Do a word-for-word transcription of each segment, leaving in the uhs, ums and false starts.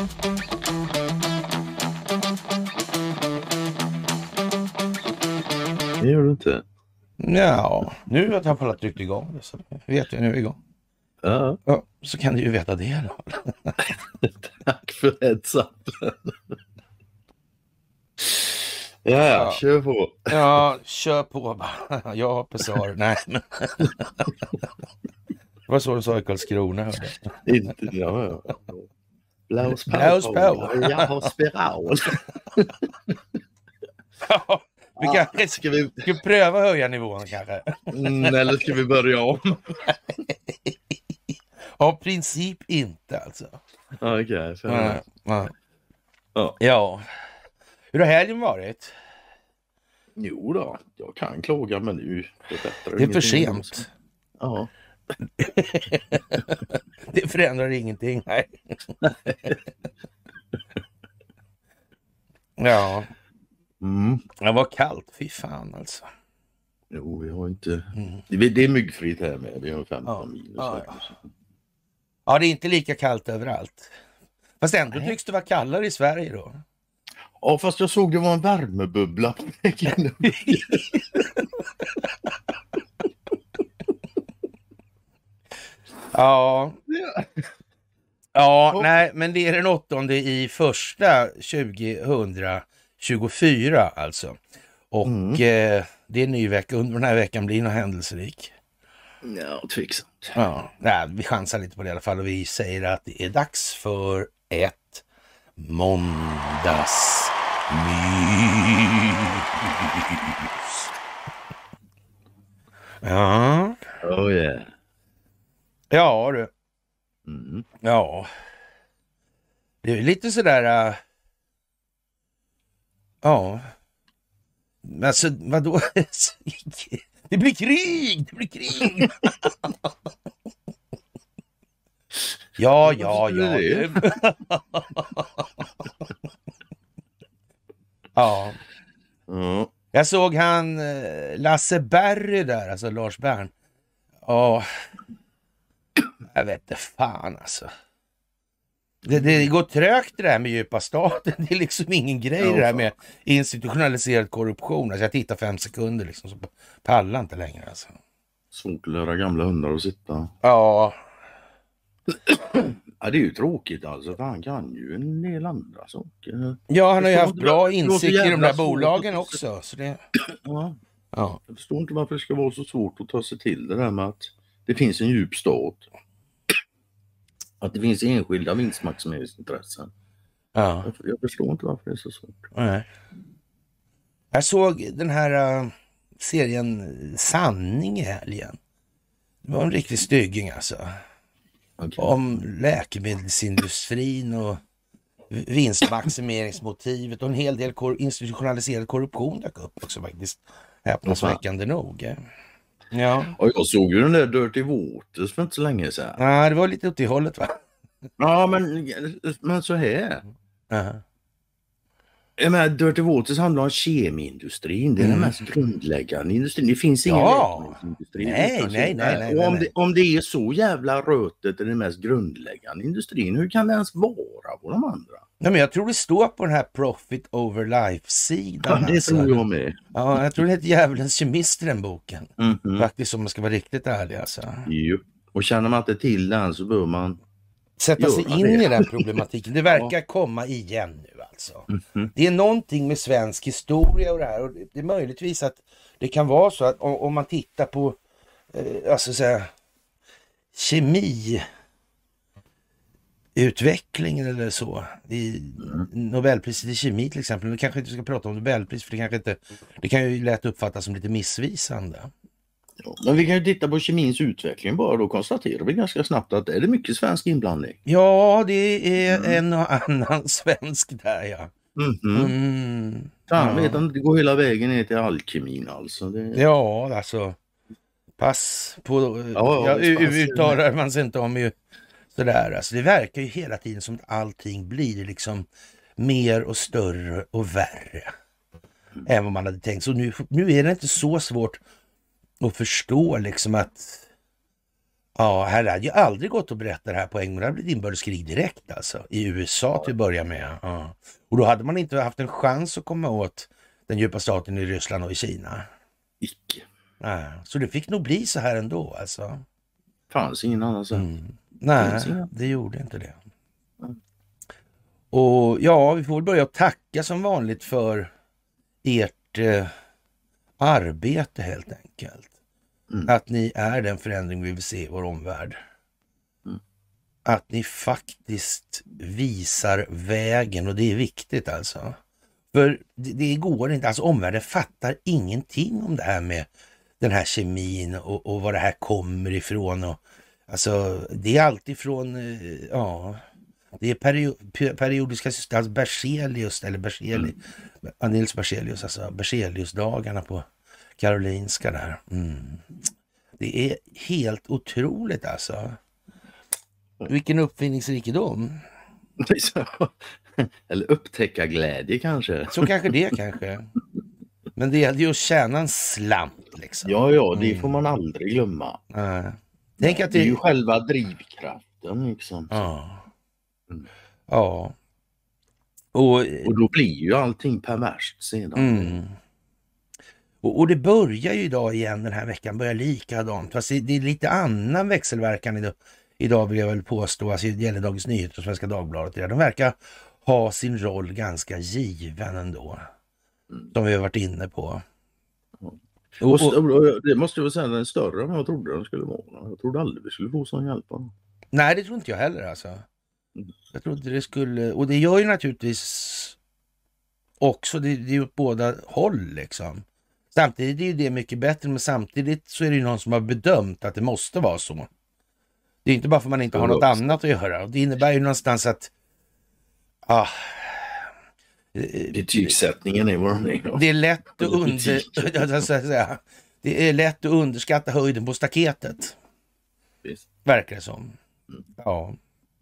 Det gör du inte. Ja, nu har jag bara tryckt igång det, så vet jag nu är igång. Ja. Ja, så kan du ju veta det då. Tack för heads up. Ja, ja, kör på. Ja, kör på bara. Ja, pessar. Nej, men... Det var så du sa i Karlskrona, hörde jag. Inte, ja, ja. Blås på. Blås på. Jag har spiral. Ja, vi Ja, kanske ska vi ska pröva höja nivån kanske. Mm, eller ska vi börja om? Av princip inte alltså. Okej, okay, ja, ja. ja. ja. Hur har helgen varit? Jo då, jag kan klaga, men nu det, det är för sent. Ja. Det förändrar ingenting. Nej. ja. Mm. Det var kallt, fy fan alltså. Jo, vi har inte... Mm. Det, det är myggfritt här med, vi har femton ja. minus. Ja, ja. ja, det är inte lika kallt överallt. Fast ändå tycks det vara kallare i Sverige då. Ja, fast jag såg det var en värmebubbla på väggen. ja. Ja, nej, men det är den åttonde i första tjugohundratjugofyra alltså. Och mm. eh, det är en ny vecka. Under den här veckan blir något händelserik. Ja, tveksamt. Ja, nej, vi chansar lite på det i alla fall och vi säger att det är dags för ett måndagsmys. Ja. Oh yeah. Ja, du. Mm. Ja. Det är lite sådär... Uh... Ja. Alltså, vadå? Det blir krig! Det blir krig! ja, ja, ja. ja. Mm. Jag såg han Lasse Berry där, alltså Lars Bern. Ja. Jag vet inte fan alltså. Det, det går trögt det där med djupa staten. Det är liksom ingen grej ja, det där med institutionaliserad korruption. Alltså jag tittar fem sekunder liksom, så pallar inte längre alltså. Svårt att lära gamla hundar att sitta. Ja. Ja, det är ju tråkigt alltså, för han kan ju en del andra saker. Ja, han har ju haft bra insikt i de där bolagen också. Så det... ja. Ja. Jag förstår inte varför det ska vara så svårt att ta sig till det där med att det finns en djup stat. Att det finns enskilda vinstmaximeringsintressen. Ja. Jag, jag förstår inte varför det är så svårt. Nej. Jag såg den här uh, serien Sanning i helgen. Det var en riktig stygging alltså. Okay. Om läkemedelsindustrin och vinstmaximeringsmotivet och en hel del kor- institutionaliserad korruption dök upp också faktiskt. Häpnadsväckande nog. Ja. Och jag såg ju den där Dirty Waters för inte så länge sedan. Ja, det var lite åt i hållet va? Ja, men, men så här. Uh-huh. Jag menar, Dirty Waters handlar om kemiindustrin. Det är mm. den mest grundläggande industrin. Det finns ingen ja. läkemedelsindustri. Nej, nej, nej, nej, och om, nej. Det, om det är så jävla rötet i den mest grundläggande industrin, hur kan det ens vara på de andra? Nej, men jag tror det står på den här Profit Over Life-sidan. Ja, det alltså. tror jag med. Ja, jag tror det heter Djävulens kemist i den boken. Mm-hmm. Faktiskt, om man ska vara riktigt ärlig alltså. Jo. Och känner man inte till den så bör man sätta sig in det. i den problematiken. Det verkar ja. komma igen nu alltså. Mm-hmm. Det är någonting med svensk historia och det här. Och det är möjligtvis att det kan vara så att om, om man tittar på eh, alltså så här, kemi utvecklingen eller så i mm. Nobelpriset i kemi till exempel. Vi kanske inte ska prata om Nobelpris för det kanske inte, det kan ju lätt uppfattas som lite missvisande. Ja, men vi kan ju titta på kemins utveckling bara då konstaterar vi ganska snabbt att är det mycket svensk inblandning. Ja, det är mm. en och annan svensk där ja. Mm-hmm. Mm. Fan, ja. vet att det går hela vägen ner till alkemin alltså. Det... Ja, alltså pass på, ja, ja, ja, uttalar man sig inte om ju sådär. Alltså det verkar ju hela tiden som att allting blir liksom mer och större och värre mm. än vad man hade tänkt. Så nu, nu är det inte så svårt att förstå liksom att Ja, här hade ju aldrig gått att berätta det här på en gång. Det hade blivit inbördeskrig direkt alltså. I U S A till att börja med. Ja. Och då hade man inte haft en chans att komma åt den djupa staten i Ryssland och i Kina. Icke. Nej. Så det fick nog bli så här ändå alltså. Fanns ingen annan sätt. Mm. Nej, det gjorde inte det. Mm. Och ja, vi får väl börja tacka som vanligt för ert eh, arbete helt enkelt. Mm. Att ni är den förändring vi vill se i vår omvärld. Mm. Att ni faktiskt visar vägen, och det är viktigt alltså. För det, det går inte, alltså omvärlden fattar ingenting om det här med den här kemin och, och var det här kommer ifrån. Och, alltså det är alltid från, ja, det är perio, periodiska system, alltså Berzelius, eller Berzelius, mm. Nils Berzelius, alltså Berzelius-dagarna på Karolinska där. Mm. Det är helt otroligt alltså. Vilken uppfinningsrikedom. Eller upptäcka glädje kanske. Så kanske det kanske. Men det gäller ju att tjäna en slant liksom. Ja, ja, det får man aldrig glömma. Mm. Tänk att det... det är ju själva drivkraften liksom. Ja. Mm. Ja. Och... och då blir ju allting perverst sedan. Mm. Och, och det börjar ju idag igen, den här veckan börjar likadant. Fast det, det är lite annan växelverkan idag, idag vill jag väl påstå. Alltså det gäller Dagens Nyheter och Svenska Dagbladet. De verkar ha sin roll ganska given ändå. Mm. Som vi har varit inne på. Mm. Och, och, och, det måste jag väl säga, den större än jag trodde den skulle vara. Jag trodde aldrig vi skulle få sån hjälp. Nej, det tror inte jag heller alltså. Mm. Jag trodde det skulle, och det gör ju naturligtvis också, det, det är ju åt båda håll liksom. Samtidigt är ju det mycket bättre, men samtidigt så är det ju någon som har bedömt att det måste vara så. Det är inte bara för att man inte har något annat att göra. Det innebär ju någonstans att ah, betygssättningen är vår. Det är lätt att under, det är lätt att underskatta höjden på staketet. Visst. Verkar det som. Mm. Ja.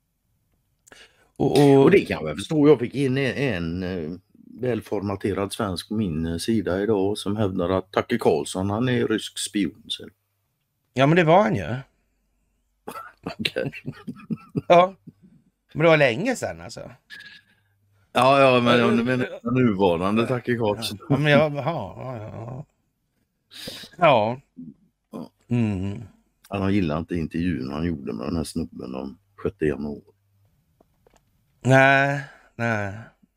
Och, och... och det kan jag förstå. Jag fick in en, en välformaterad svensk på min sida idag som hävdar att Tucker Carlson, han är rysk spion. Så. Ja, men det var han ju. Okej. Ja, men det var länge sedan alltså. Ja, ja, men jag menar nuvarande Tucker Carlson. Ja, men jag, ja, ja. Ja. Mm. Han gillar inte intervjun han gjorde med den här snubben om sjätte januari. Nej, nej.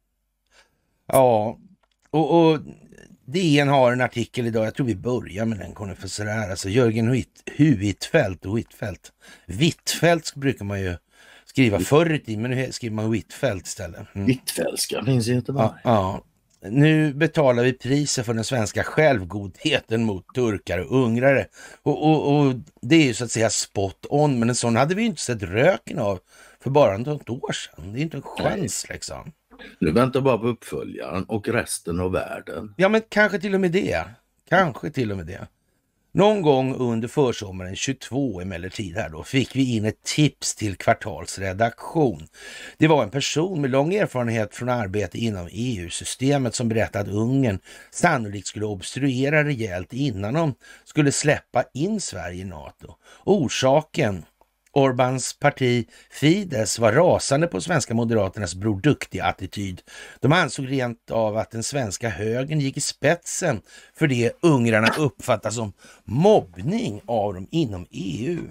Ja, och, och D N har en artikel idag, jag tror vi börjar med den, kommer för sådär. Alltså Jörgen Huitfeldt och Huitfeldt. Wittfeldt brukar man ju skriva förr i tiden, men nu skriver man Huitfeldt istället. Mm. Wittfeldtska finns i Göteborg. Ja, ja. Nu betalar vi priser för den svenska självgodheten mot turkar och ungrare. Och, och, och det är ju så att säga spot on, men en sån hade vi ju inte sett röken av för bara något år sedan. Det är inte en chans liksom. Nu väntar bara på uppföljaren och resten av världen. Ja, men kanske till och med det. Kanske till och med det. Någon gång under försommaren tjugotvå emellertid här då fick vi in ett tips till Kvartals redaktion. Det var en person med lång erfarenhet från arbete inom E U-systemet som berättade att Ungern sannolikt skulle obstruera rejält innan de skulle släppa in Sverige i NATO. Orsaken: Orbáns parti Fidesz var rasande på svenska moderaternas Bror Duktig-attityd. De ansåg rent av att den svenska högern gick i spetsen för det ungrarna uppfattar som mobbning av dem inom E U.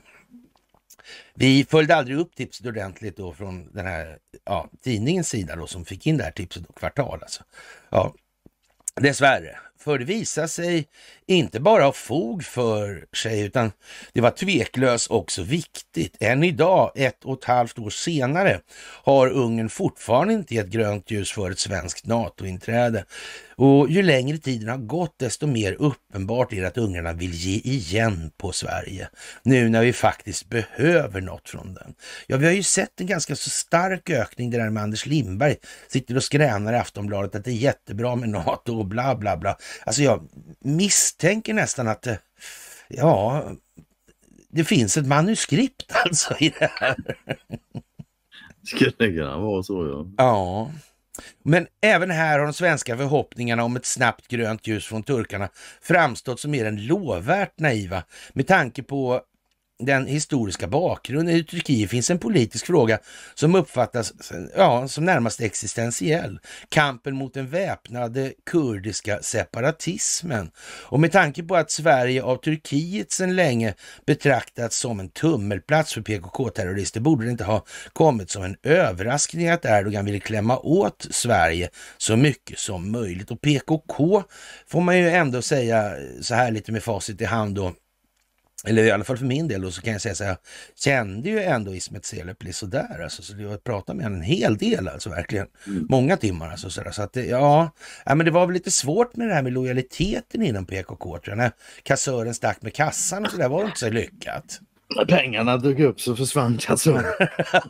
Vi följde aldrig upp tipset ordentligt då från den här ja, tidningens sida då, som fick in det här tipset då, Kvartal alltså. Ja, dessvärre. För det visar sig inte bara ha fog för sig, utan det var tveklöst också viktigt. Än idag, ett och ett halvt år senare, har Ungern fortfarande inte gett grönt ljus för ett svenskt NATO-inträde. Och ju längre tiden har gått, desto mer uppenbart är det att ungrarna vill ge igen på Sverige. Nu när vi faktiskt behöver något från den. Ja, vi har ju sett en ganska så stark ökning där med Anders Lindberg sitter och skränar i Aftonbladet att det är jättebra med NATO och bla bla bla. Alltså jag misstänker nästan att ja, det finns ett manuskript alltså i det här. Skulle det kunna vara så, ja. Ja. Men även här har de svenska förhoppningarna om ett snabbt grönt ljus från turkarna framstått som mer än lovvärt naiva med tanke på den historiska bakgrunden. I Turkiet finns en politisk fråga som uppfattas ja, som närmast existentiell. Kampen mot den väpnade kurdiska separatismen. Och med tanke på att Sverige av Turkiet sedan länge betraktats som en tummelplats för P K K-terrorister borde det inte ha kommit som en överraskning att Erdogan ville klämma åt Sverige så mycket som möjligt. Och P K K får man ju ändå säga så här lite med facit i hand då, eller i alla fall för min del då, så kan jag säga så här, jag kände ju ändå Ismet Selepli sådär, alltså, så jag pratade med honom en hel del, alltså verkligen, mm. många timmar alltså, så, så att det, ja, ja, men det var väl lite svårt med det här med lojaliteten inom P K K, tror jag, när kassören stack med kassan och så där var det inte så lyckat. När pengarna dök upp så försvann kassören.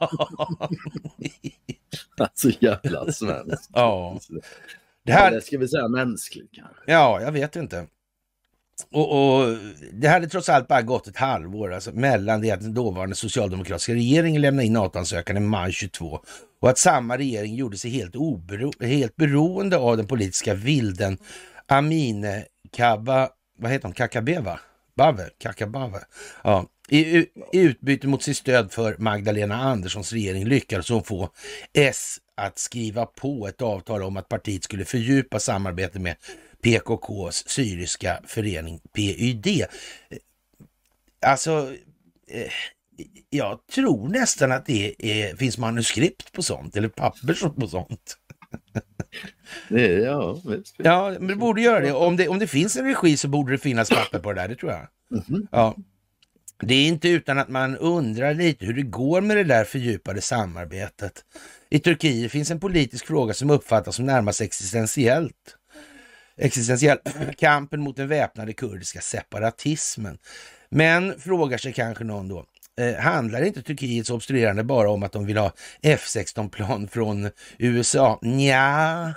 Alltså jävla svenskt. Ja. Det här det ska vi säga mänskligt kanske. Ja, jag vet inte. Och, och det hade trots allt bara gått ett halvår alltså, mellan det att den dåvarande socialdemokratiska regeringen lämnade in NATO-ansökan i maj tjugotvå och att samma regering gjorde sig helt, obero- helt beroende av den politiska vilden Amine Kaba, vad heter hon, Kakabeva? Bave, Kakabave. Ja. I, I utbyte mot sitt stöd för Magdalena Anderssons regering lyckades hon få S att skriva på ett avtal om att partiet skulle fördjupa samarbete med P K K:s syriska förening P Y D. Alltså, eh, jag tror nästan att det är, finns manuskript på sånt, eller papper på sånt. Det är, ja, visst. Ja, men det borde göra det. Om det. Om det finns en regi så borde det finnas papper på det där, det tror jag. Mm-hmm. Ja. Det är inte utan att man undrar lite hur det går med det där fördjupade samarbetet. I Turkiet finns en politisk fråga som uppfattas som närmast existentiellt. Existentiell kampen mot den väpnade kurdiska separatismen. Men frågar sig kanske någon då, eh, handlar inte Turkiets obstruerande bara om att de vill ha F sexton-plan från U S A? Nja,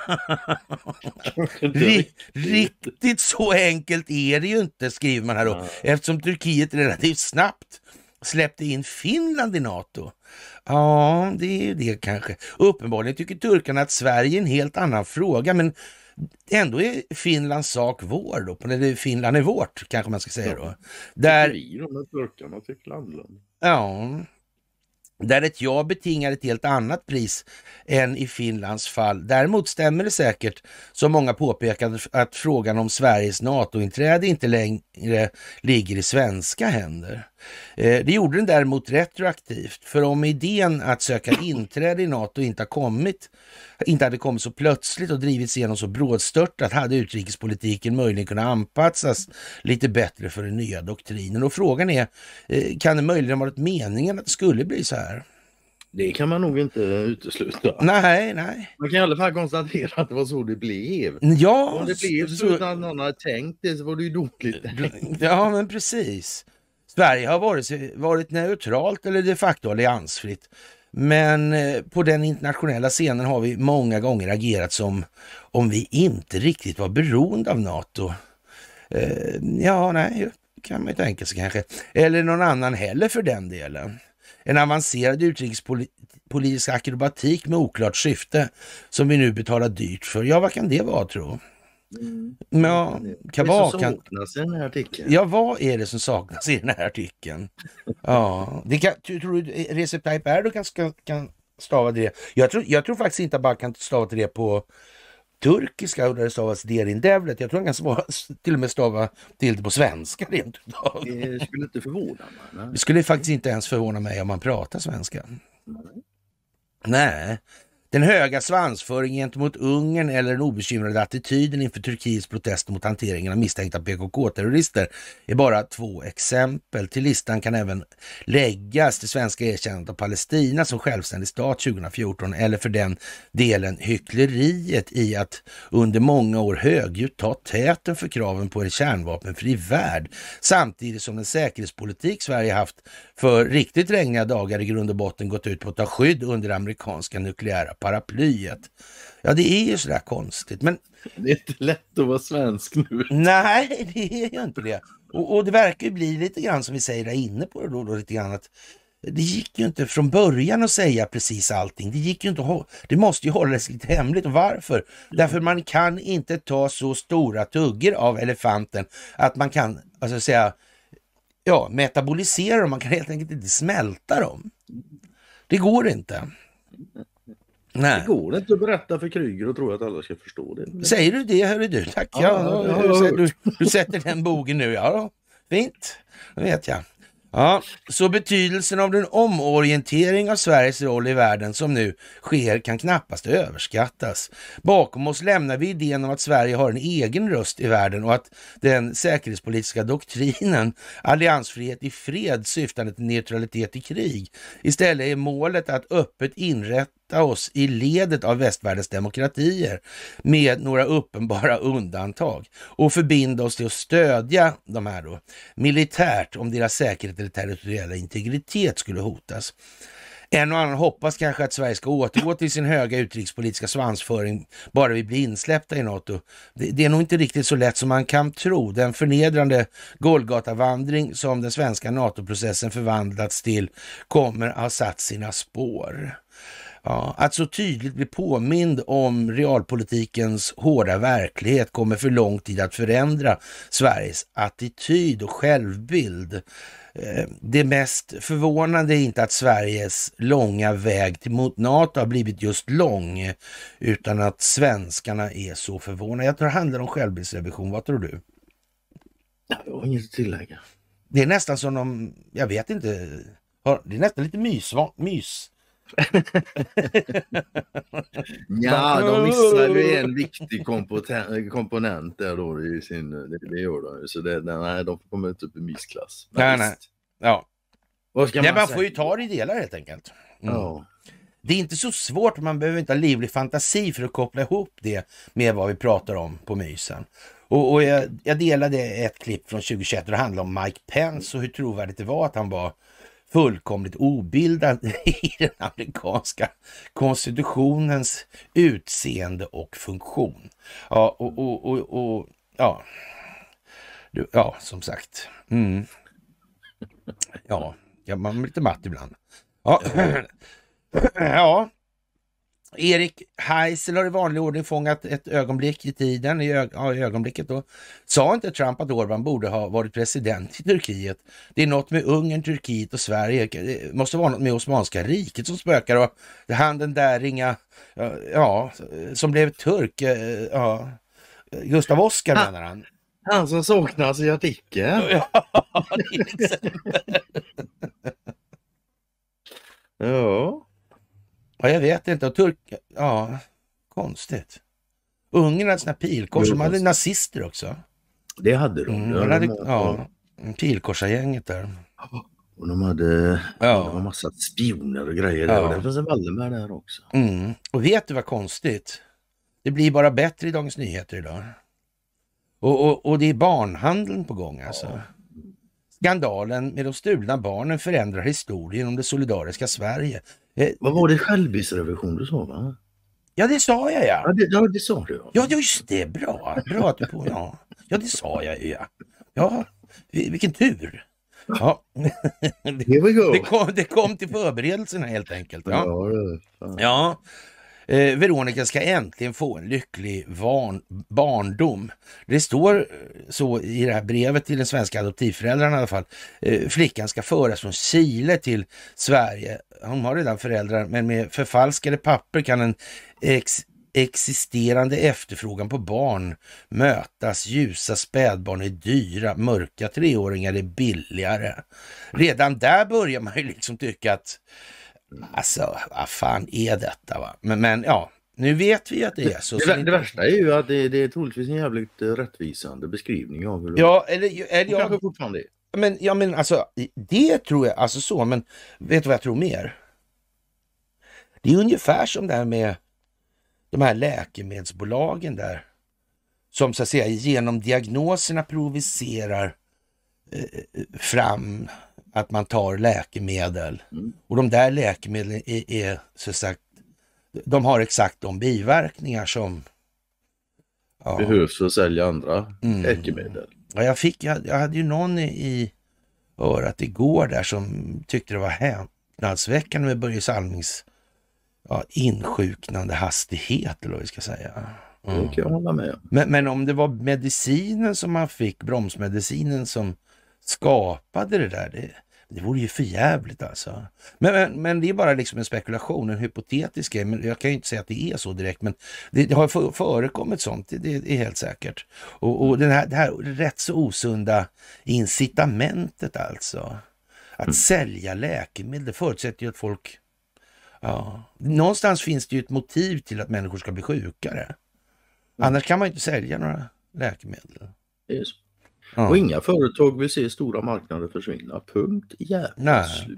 riktigt så enkelt är det ju inte, skriver man här då, eftersom Turkiet relativt snabbt släppte in Finland i NATO. Ja, det är ju det kanske. Uppenbarligen tycker turkarna att Sverige är en helt annan fråga, men ändå är Finlands sak vår då, eller Finland är vårt, kanske man ska säga då. Där vi de här turkarna tycker landland. Ja, där ett ja betingar ett helt annat pris än i Finlands fall. Däremot stämmer det säkert, som många påpekade, att frågan om Sveriges NATO-inträde inte längre ligger i svenska händer. Eh, det gjorde den däremot retroaktivt, för om idén att söka inträde i NATO inte har kommit, inte hade kommit så plötsligt och drivits igenom så brådstörtat, hade utrikespolitiken möjligen kunnat anpassas lite bättre för den nya doktrinen. Och frågan är, eh, kan det möjligen ha varit meningen att det skulle bli så här? Det kan man nog inte utesluta. Nej, nej. Man kan i alla fall konstatera att det var så det blev. Ja. Om det blev så, så utan någon hade tänkt det, så var det ju dåligt. Ja, men precis. Sverige har varit, varit neutralt eller de facto alliansfritt. Men på den internationella scenen har vi många gånger agerat som om vi inte riktigt var beroende av NATO. Eh, ja, nej, kan man ju tänka sig kanske. Eller någon annan heller för den delen. En avancerad utrikespolitisk akrobatik med oklart syfte som vi nu betalar dyrt för. Ja, vad kan det vara, tror Mm. Ja, kan det är vara, som kan... saknas i den här artikeln. Ja, vad är det som saknas i den här artikeln? Ja, det kan, tror du Recep Tayyip Erdogan kan, kan stava det? Jag tror, jag tror faktiskt inte att man kan stava till det på turkiska och där det stavas Derin Devlet. Jag tror han kan svara, till och med stava till det på svenska rent utav. Det skulle inte förvåna mig. Det skulle faktiskt inte ens förvåna mig om man pratar svenska. Nej. Nej. Den höga svansföringen gentemot Ungern eller den obekymrade attityden inför Turkiets protester mot hanteringen av misstänkta P K K-terrorister är bara två exempel. Till listan kan även läggas det svenska erkännandet av Palestina som självständig stat tjugohundrafjorton, eller för den delen hyckleriet i att under många år högljutt ta täten för kraven på en kärnvapenfri värld, samtidigt som den säkerhetspolitik Sverige haft för riktigt regniga dagar i grund och botten gått ut på att ta skydd under det amerikanska nukleära paraplyet. Ja, det är ju sådär konstigt, men... Det är inte lätt att vara svensk nu. Nej, det är ju inte det. Och, och det verkar ju bli lite grann som vi säger där inne på det då, då lite grann att det gick ju inte från början att säga precis allting. Det gick ju inte att, det måste ju hållas lite hemligt. Och varför? Därför man kan inte ta så stora tugger av elefanten att man kan, alltså säga, ja, metabolisera dem. Man kan helt enkelt inte smälta dem. Det går inte. Nej. Det går inte att berätta för Kryger och tro att alla ska förstå det. Säger du det, hörru du? Tack. Ja, ja, ja, ja, du, du sätter den bogen nu. Ja, då. Fint. Det vet jag. Ja, så betydelsen av den omorientering av Sveriges roll i världen som nu sker kan knappast överskattas. Bakom oss lämnar vi idén om att Sverige har en egen röst i världen och att den säkerhetspolitiska doktrinen alliansfrihet i fred syftande till neutralitet i krig istället är målet att öppet inrätta oss i ledet av västvärldens demokratier med några uppenbara undantag och förbinda oss till att stödja de här då militärt om deras säkerhet eller territoriella integritet skulle hotas. En och annan hoppas kanske att Sverige ska återgå till sin höga utrikespolitiska svansföring bara vi blir insläppta i NATO. Det, det är nog inte riktigt så lätt som man kan tro. Den förnedrande Golgata-vandring som den svenska NATO-processen förvandlats till kommer att ha satt sina spår. Ja, att så tydligt bli påmind om realpolitikens hårda verklighet kommer för lång tid att förändra Sveriges attityd och självbild. Det mest förvånande är inte att Sveriges långa väg till mot NATO har blivit just lång, utan att svenskarna är så förvånade. Jag tror det handlar om självbildsrevision. Vad tror du? Jag har inget att tillägga. Det är nästan som de, jag vet inte, det är nästan lite mys. mys. Ja, de missar ju en viktig komponent där då i sin, det, det gör de ju, så det, nej, de kommer inte upp i mysklass. Nej, nej. Ja. Vad ska man, nej, man säga? får ju ta det i delar helt enkelt. Mm. Ja. Det är inte så svårt, man behöver inte ha livlig fantasi för att koppla ihop det med vad vi pratar om på mysen. Och, och jag, jag delade ett klipp från tjugohundratjugoett och det handlade om Mike Pence och hur trovärdigt det var att han var fullkomligt obildad i den amerikanska konstitutionens utseende och funktion. Ja, och, och, och, och ja, du, ja, som sagt. Mm. Ja, ja, man är lite matt ibland. Ja, ja. Erik Heisel har i vanlig ordning fångat ett ögonblick i tiden, i, ö- ja, i ögonblicket då. Sa inte Trump att Orbán borde ha varit president i Turkiet? Det är något med Ungern, Turkiet och Sverige. Det måste vara något med Osmanska riket som spökar och han den där ringa, ja, ja som blev turk, ja, Gustav Oskar ha, menar han. Han som saknas i artikeln. Ja, till exempel. Ja. Ja, jag vet inte. Och turk... Ja, konstigt. Ungern hade såna pilkors. De hade nazister också. Det hade de. Mm, de hade, ja, pilkorsargänget där. Och de hade, ja. det var massa spioner och grejer där. Ja. Och det fanns en Wallenberg där också. Mm. Och vet du vad konstigt? Det blir bara bättre i Dagens Nyheter idag. Och, och, och det är barnhandeln på gång alltså. Ja. Skandalen med de stulna barnen förändrar historien om det solidariska Sverige. Vad var det självbildsrevision du sa, va? Ja, det sa jag, ja. Ja, det, ja, det sa du. Ja, just det. Bra. Bra att du på, ja. Ja, det sa jag, ja. Ja, vilken tur. Ja. Here we go. Det kom, det kom till förberedelserna helt enkelt. Ja, ja. Det, ja. Eh, Veronica ska äntligen få en lycklig van, barndom. Det står så i det här brevet till den svenska adoptivföräldrarna i alla fall. Eh, flickan ska föras från Chile till Sverige. Hon har redan föräldrar, men med förfalskade papper kan en ex, existerande efterfrågan på barn mötas. Ljusa spädbarn är dyra, mörka treåringar är billigare. Redan där börjar man ju liksom tycka att alltså, vad fan är detta, va? Men, men ja, nu vet vi att det är så. Det, så det, det värsta är ju att det, det är troligtvis en jävligt rättvisande beskrivning av hur ja, eller, eller jag... jag... fortfarande Men, ja, men alltså, det tror jag, alltså så, men vet du vad jag tror mer? Det är ungefär som det här med de här läkemedelsbolagen där, som så att säga genom diagnoserna provocerar eh, fram att man tar läkemedel. Mm. Och de där läkemedlen är, är så sagt, de har exakt de biverkningar som ja, behövs för att sälja andra mm. läkemedel. Ja, jag, fick, jag, jag hade ju någon i, i örat igår där som tyckte det var häpnadsväckande med Börje Salmings ja, insjuknande hastighet, eller vad vi ska säga. Mm. Det kan jag hålla med. Men, men om det var medicinen som man fick, bromsmedicinen som skapade det där. Det, det vore ju för jävligt alltså. Men, men, men det är bara liksom en spekulation, en hypotetisk grej. Men jag kan ju inte säga att det är så direkt. Men det, det har för, förekommit sånt, det, det är helt säkert. Och, och den här, det här rätt så osunda incitamentet alltså. Att mm. sälja läkemedel, det förutsätter ju att folk... Ja, någonstans finns det ju ett motiv till att människor ska bli sjukare. Mm. Annars kan man ju inte sälja några läkemedel. Det är så. Ja. Och inga företag vill se stora marknader försvinna. Punkt. Jävla slut.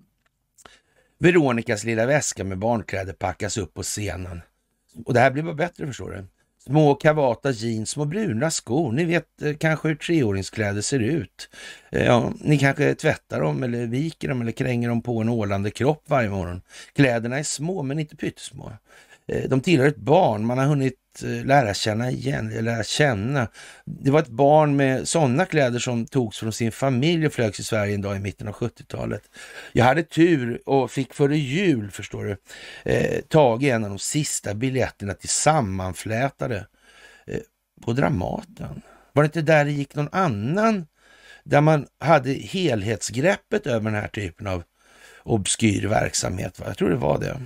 Veronikas lilla väska med barnkläder packas upp på scenen. Och det här blir bara bättre, förstår du. Små kavata jeans, små bruna skor. Ni vet eh, kanske hur treåringskläder ser ut. Eh, ja, ni kanske tvättar dem eller viker dem eller kränger dem på en ålande kropp varje morgon. Kläderna är små men inte pyttesmå. Eh, de tillhör ett barn. Man har hunnit eh, lära känna igen, lära känna. Det var ett barn med sådana kläder som togs från sin familj och flögs i Sverige en dag i mitten av sjuttiotalet. Jag hade tur och fick före jul, förstår du, eh, tag i en av de sista biljetterna till sammanflätade eh, på Dramaten. Var det inte där det gick någon annan där man hade helhetsgreppet över den här typen av obskyr verksamhet? Va? Jag tror det var det.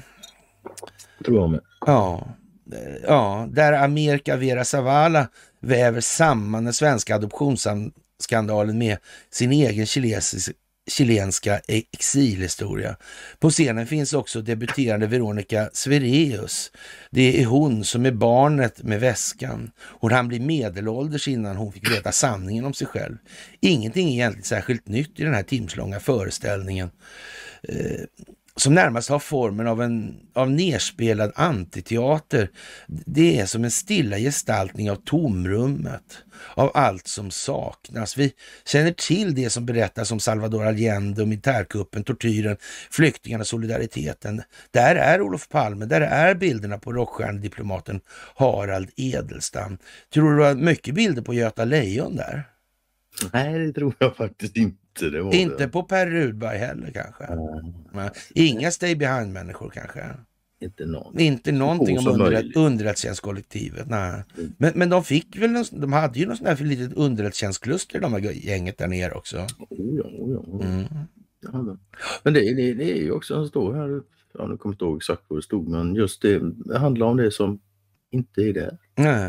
Jag tror jag med. Ja, ja, där America Vera Zavala väver samman den svenska adoptionsskandalen med sin egen chilensiska chilenska exilhistoria. På scenen finns också debuterande Veronica Svereus. Det är hon som är barnet med väskan. Och han blir medelålders innan hon fick veta sanningen om sig själv. Ingenting är egentligen särskilt nytt i den här timslånga föreställningen. Eh, som närmast har formen av en av nerspelad antiteater. Det är som en stilla gestaltning av tomrummet, av allt som saknas. Vi känner till det som berättas om Salvador Allende och militärkuppen, tortyren, flyktingarna, solidariteten. Där är Olof Palme, där är bilderna på rockstjärnediplomaten Harald Edelstam. Tror du du har mycket bilder på Göta Lejon där? Nej, det tror jag faktiskt inte. Det var inte det. på Per Rudberg heller kanske. Mm. Inga stay behind-människor kanske. Inte någon. Inte någonting om underrätt, underrättelsetjänstkollektivet. Nej. Mm. Men, men de fick väl, någon, de hade ju någon sån här litet underrättelsetjänstkluster, de här gänget där nere också. Oh ja, oh ja. Mm. Ja, men det, det, det är ju också en stor här, ja, nu kommer jag inte ihåg exakt vad det stod, men just det, det handlar om det som inte är där. Nej.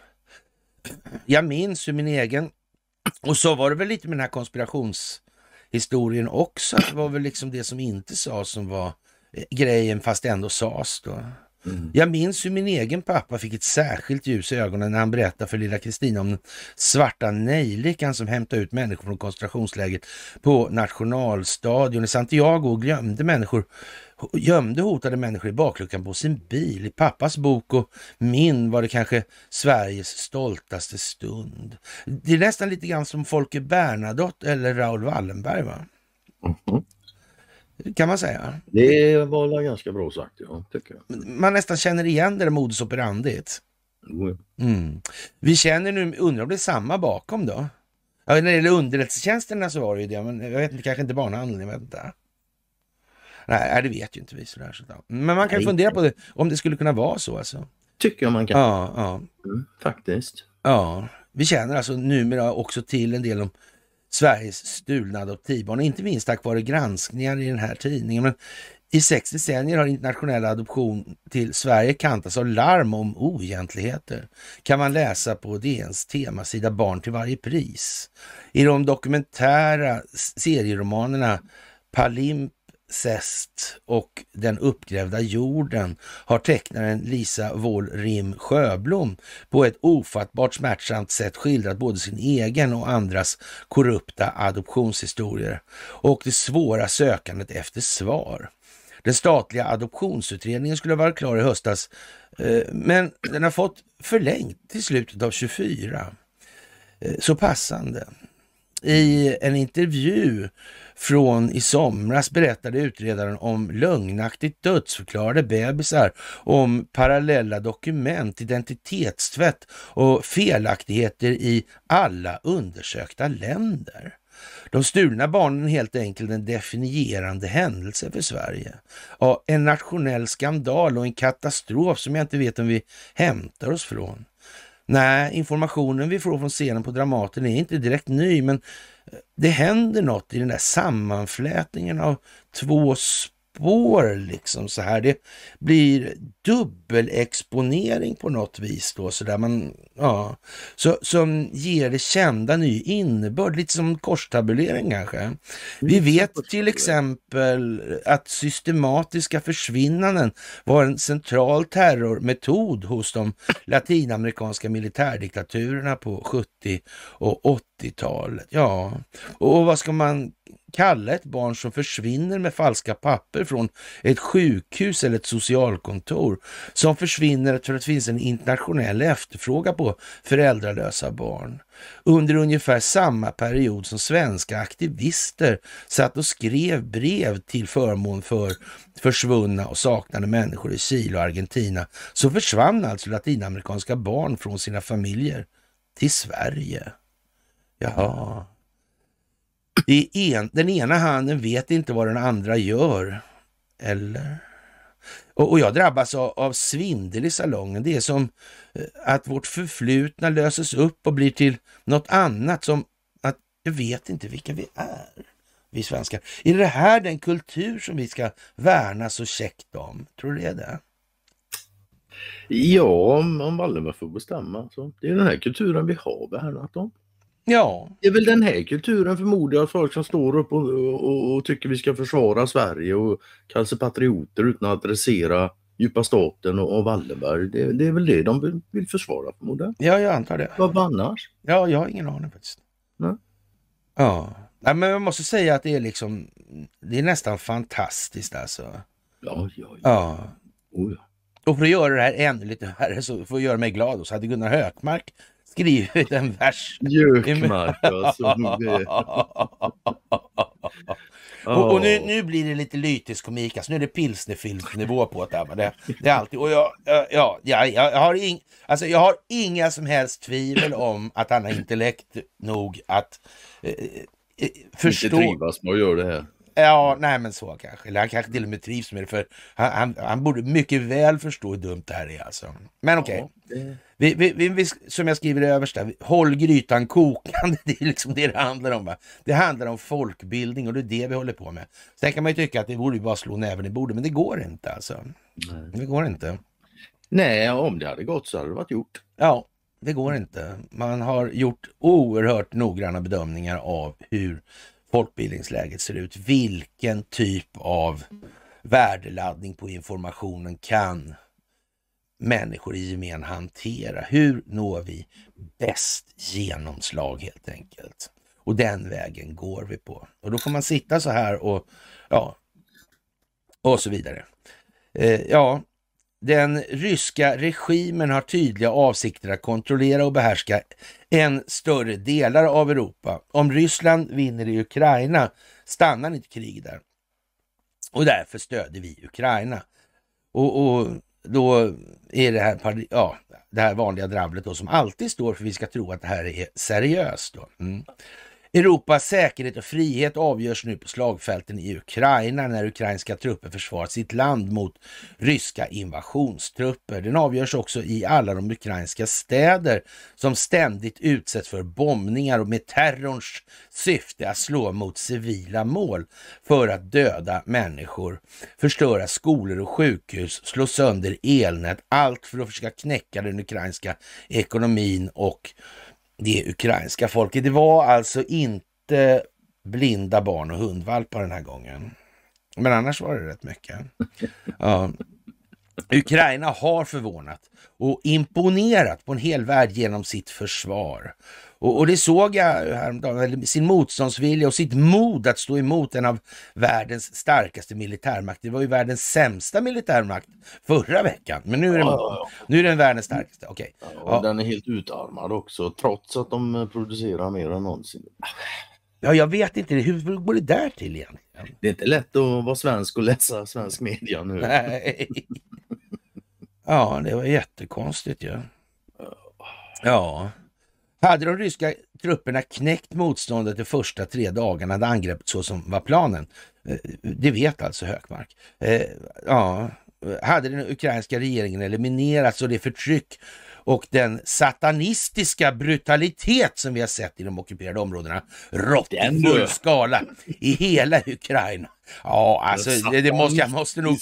Jag minns ju min egen. Och så var det väl lite med den här konspirationshistorien också. Det var väl liksom det som inte sades som var grejen fast ändå sades då. Mm. Jag minns hur min egen pappa fick ett särskilt ljus i ögonen när han berättade för lilla Kristina om den svarta nejlikan som hämtade ut människor från koncentrationsläget på nationalstadion i Santiago och glömde människor, gömde hotade människor i bakluckan på sin bil. I pappas bok och min var det kanske Sveriges stoltaste stund. Det är nästan lite grann som Folke Bernadotte eller Raoul Wallenberg, va? Mm-hmm. Kan man säga. Det var ganska bra sagt, ja, tycker jag. Man nästan känner igen det där modus operandit. Mm. Mm. Vi känner nu, undrar om det är samma bakom då? Ja, när det gäller underrättelsetjänsterna så var det ju det, men jag vet inte, kanske inte barnhandeln, jag vet inte. Nej, det vet ju inte vi sådär. sådär. Men man kan Nej. fundera på det, om det skulle kunna vara så alltså. Tycker jag man kan. Ja, ja. Mm, faktiskt. Ja, vi känner alltså numera också till en del om Sveriges stulna adoptivbarn, inte minst tack vare granskningar i den här tidningen. Men i sex decennier har internationell adoption till Sverige kantats av larm om oegentligheter. Kan man läsa på D N:s temasida Barn till varje pris. I de dokumentära serieromanerna Palimpsest och Den uppgrävda jorden har tecknaren Lisa Wåhl Rim Sjöblom på ett ofattbart smärtsamt sätt skildrat både sin egen och andras korrupta adoptionshistorier och det svåra sökandet efter svar. Den statliga adoptionsutredningen skulle vara klar i höstas, men den har fått förlängt till slutet av tjugofyra. Så passande. I en intervju från i somras berättade utredaren om lögnaktigt dödsförklarade bebisar, om parallella dokument, identitetstvätt och felaktigheter i alla undersökta länder. De stulna barnen är helt enkelt en definierande händelse för Sverige. Ja, en nationell skandal och en katastrof som jag inte vet om vi hämtar oss från. Nej, informationen vi får från scenen på Dramaten är inte direkt ny, men det händer något i den där sammanflätningen av två spår liksom så här. Det blir dubbelexponering på något vis då, så där man, ja, så, som ger det kända ny innebörd, lite som korstabulering kanske. Vi vet till exempel att systematiska försvinnanden var en central terrormetod hos de latinamerikanska militärdiktaturerna på sjuttio- och åttiotalet. Ja, och vad ska man kalla ett barn som försvinner med falska papper från ett sjukhus eller ett socialkontor, som försvinner för att det finns en internationell efterfrågan på föräldralösa barn, under ungefär samma period som svenska aktivister satt och skrev brev till förmån för försvunna och saknade människor i Chile och Argentina, så försvann alltså latinamerikanska barn från sina familjer till Sverige. Jaha. I en, den ena handen vet inte vad den andra gör. Eller? Och, och jag drabbas av, av svindel i salongen. Det är som att vårt förflutna löses upp och blir till något annat, som att jag vet inte vilka vi är, vi svenskar. Är det här den kultur som vi ska värna så käckt om? Tror du det är det? Ja, om, om Wallenberg får bestämma. Så det är den här kulturen vi har värnat om. Ja. Det är väl den här kulturen förmodar jag, folk som står upp och, och, och tycker vi ska försvara Sverige och kallar sig patrioter utan att adressera djupa staten och, och Wallenberg. Det, det är väl det de vill, vill försvara förmodar. Ja, jag antar det. Vad annars? Ja, jag har ingen aning faktiskt. Nej. Ja. Nej, men jag måste säga att det är liksom, det är nästan fantastiskt alltså. Ja, ja, ja. Ja. Oh, ja. Och för att göra det här ännu lite värre, så för att göra mig glad, så hade Gunnar Hökmark skrivit en vers. Jökmark alltså. Och, och nu, nu blir det lite lytisk komik, alltså nu är det pilsnerfilmsnivå på det här, men det, det är alltid, och jag, ja, jag, jag, har ing, alltså jag har inga som helst tvivel om att han har intellekt nog att eh, förstå. Inte trivas med att göra det här. Ja, nej men så kanske. Eller han kanske till och med trivs med det, för han, han, han borde mycket väl förstå hur dumt det här är alltså. Men okej. Okay. Ja, vi, vi, vi, som jag skriver överst, håll grytan kokande, det är liksom det det handlar om. Va? Det handlar om folkbildning och det är det vi håller på med. Sen kan man ju tycka att det borde bara slå näven i bordet, men det går inte alltså. Nej. Det går inte. Nej, om det hade gått så hade det varit gjort. Ja, det går inte. Man har gjort oerhört noggranna bedömningar av hur folkbildningsläget ser ut. Vilken typ av värdeladdning på informationen kan människor i gemen hantera? Hur når vi bäst genomslag helt enkelt? Och den vägen går vi på. Och då får man sitta så här och ja, och så vidare. Eh, ja, den ryska regimen har tydliga avsikter att kontrollera och behärska en större delar av Europa. Om Ryssland vinner i Ukraina stannar inte krig där. Och därför stödjer vi Ukraina. Och, och då är det här, ja, det här vanliga dravlet då, som alltid står för vi ska tro att det här är seriöst då. Mm. Europas säkerhet och frihet avgörs nu på slagfälten i Ukraina när ukrainska trupper försvarar sitt land mot ryska invasionstrupper. Den avgörs också i alla de ukrainska städer som ständigt utsätts för bombningar och med terrorns syfte att slå mot civila mål för att döda människor, förstöra skolor och sjukhus, slå sönder elnät, allt för att försöka knäcka den ukrainska ekonomin och det ukrainska folket. Det var alltså inte blinda barn och hundvalpar den här gången. Men annars var det rätt mycket. Ja. Ukraina har förvånat och imponerat på en hel värld genom sitt försvar. Och, och det såg jag häromdagen, sin motståndsvilja och sitt mod att stå emot en av världens starkaste militärmakt. Det var ju världens sämsta militärmakt förra veckan, men nu är den, ja, ja. Nu är den världens starkaste. Okay. Ja, och ja. Den är helt utarmad också, trots att de producerar mer än någonsin. Ja, jag vet inte, hur går det där till egentligen? Det är inte lätt att vara svensk och läsa svensk media nu. Nej. Ja, det var jättekonstigt ju. Ja. ja. Hade de ryska trupperna knäckt motståndet de första tre dagarna hade angreppet så som var planen? Det vet alltså Hökmark. Ja, hade den ukrainska regeringen eliminerats och det förtryck och den satanistiska brutalitet som vi har sett i de ockuperade områdena rått i full skala i hela Ukraina. Ja, alltså det, det måste jag måste nog...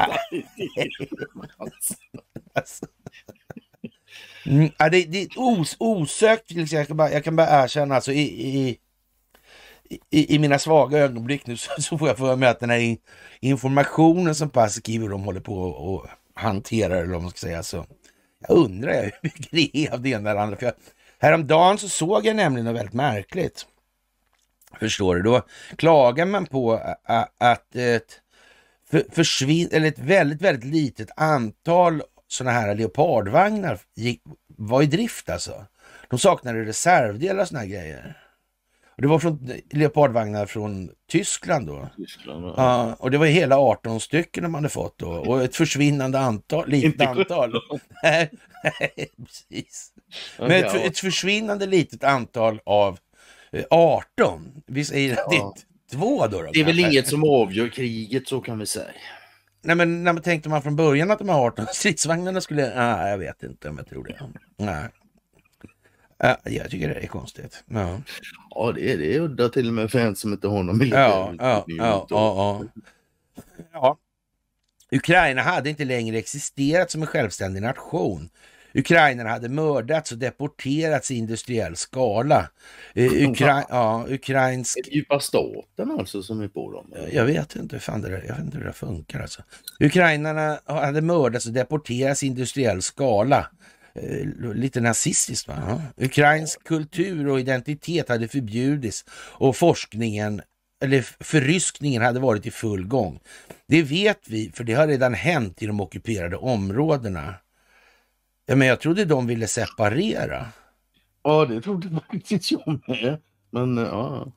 alltså. Mm, ja, det, det är os, osökt, liksom, jag, kan bara, jag kan bara erkänna alltså i, i, i, i mina svaga ögonblick nu så, så får jag för mig att den här informationen som Paasikivi och de håller på och hanterar, eller vad man ska säga, så jag undrar jag hur mycket det är av det ena eller andra. För jag, häromdagen så såg jag nämligen något väldigt märkligt. Förstår du? Då klagar man på att, att ett, för, försvin, eller ett väldigt, väldigt litet antal sådana här leopardvagnar gick, var i drift alltså. De saknade reservdelar och såna här grejer. Och det var från leopardvagnar från Tyskland då. Tyskland, ja. Ja, och det var hela arton stycken de hade fått då. Och ett försvinnande antal, litet antal. Nej, precis. Men ett, ett försvinnande litet antal av arton. Vi säger att det är två då. då det är väl kanske. inget som avgör kriget, så kan vi säga. Nej, men när man tänkte man från början att de här arton stridsvagnarna skulle... Nej, jag vet inte om jag tror det. Nej. Ja, jag tycker det är konstigt. Ja, ja det är det. Är udda till och med för en som inte har någon militär. Ja, ja, ja, ja, ja. ja. Ukraina hade inte längre existerat som en självständig nation. Ukraina hade mördats och deporterats i industriell skala. Ukra- ja, ukrainsk... Djupa staten alltså som är på dem. Jag vet inte hur fan det där, jag vet inte hur det funkar alltså. Ukrainarna hade mördats och deporterats i industriell skala. Lite nazistiskt, va? Ja. Ukrainsk kultur och identitet hade förbjudits och forskningen, eller förryskningen hade varit i full gång. Det vet vi, för det har redan hänt i de ockuperade områdena. Ja, men jag trodde de ville separera. Ja, det trodde faktiskt jag med. Men ja.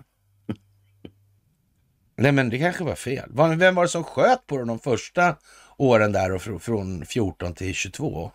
Nej, men det kanske var fel. Vem var det som sköt på dem de första åren där och från fjorton till tjugotvå?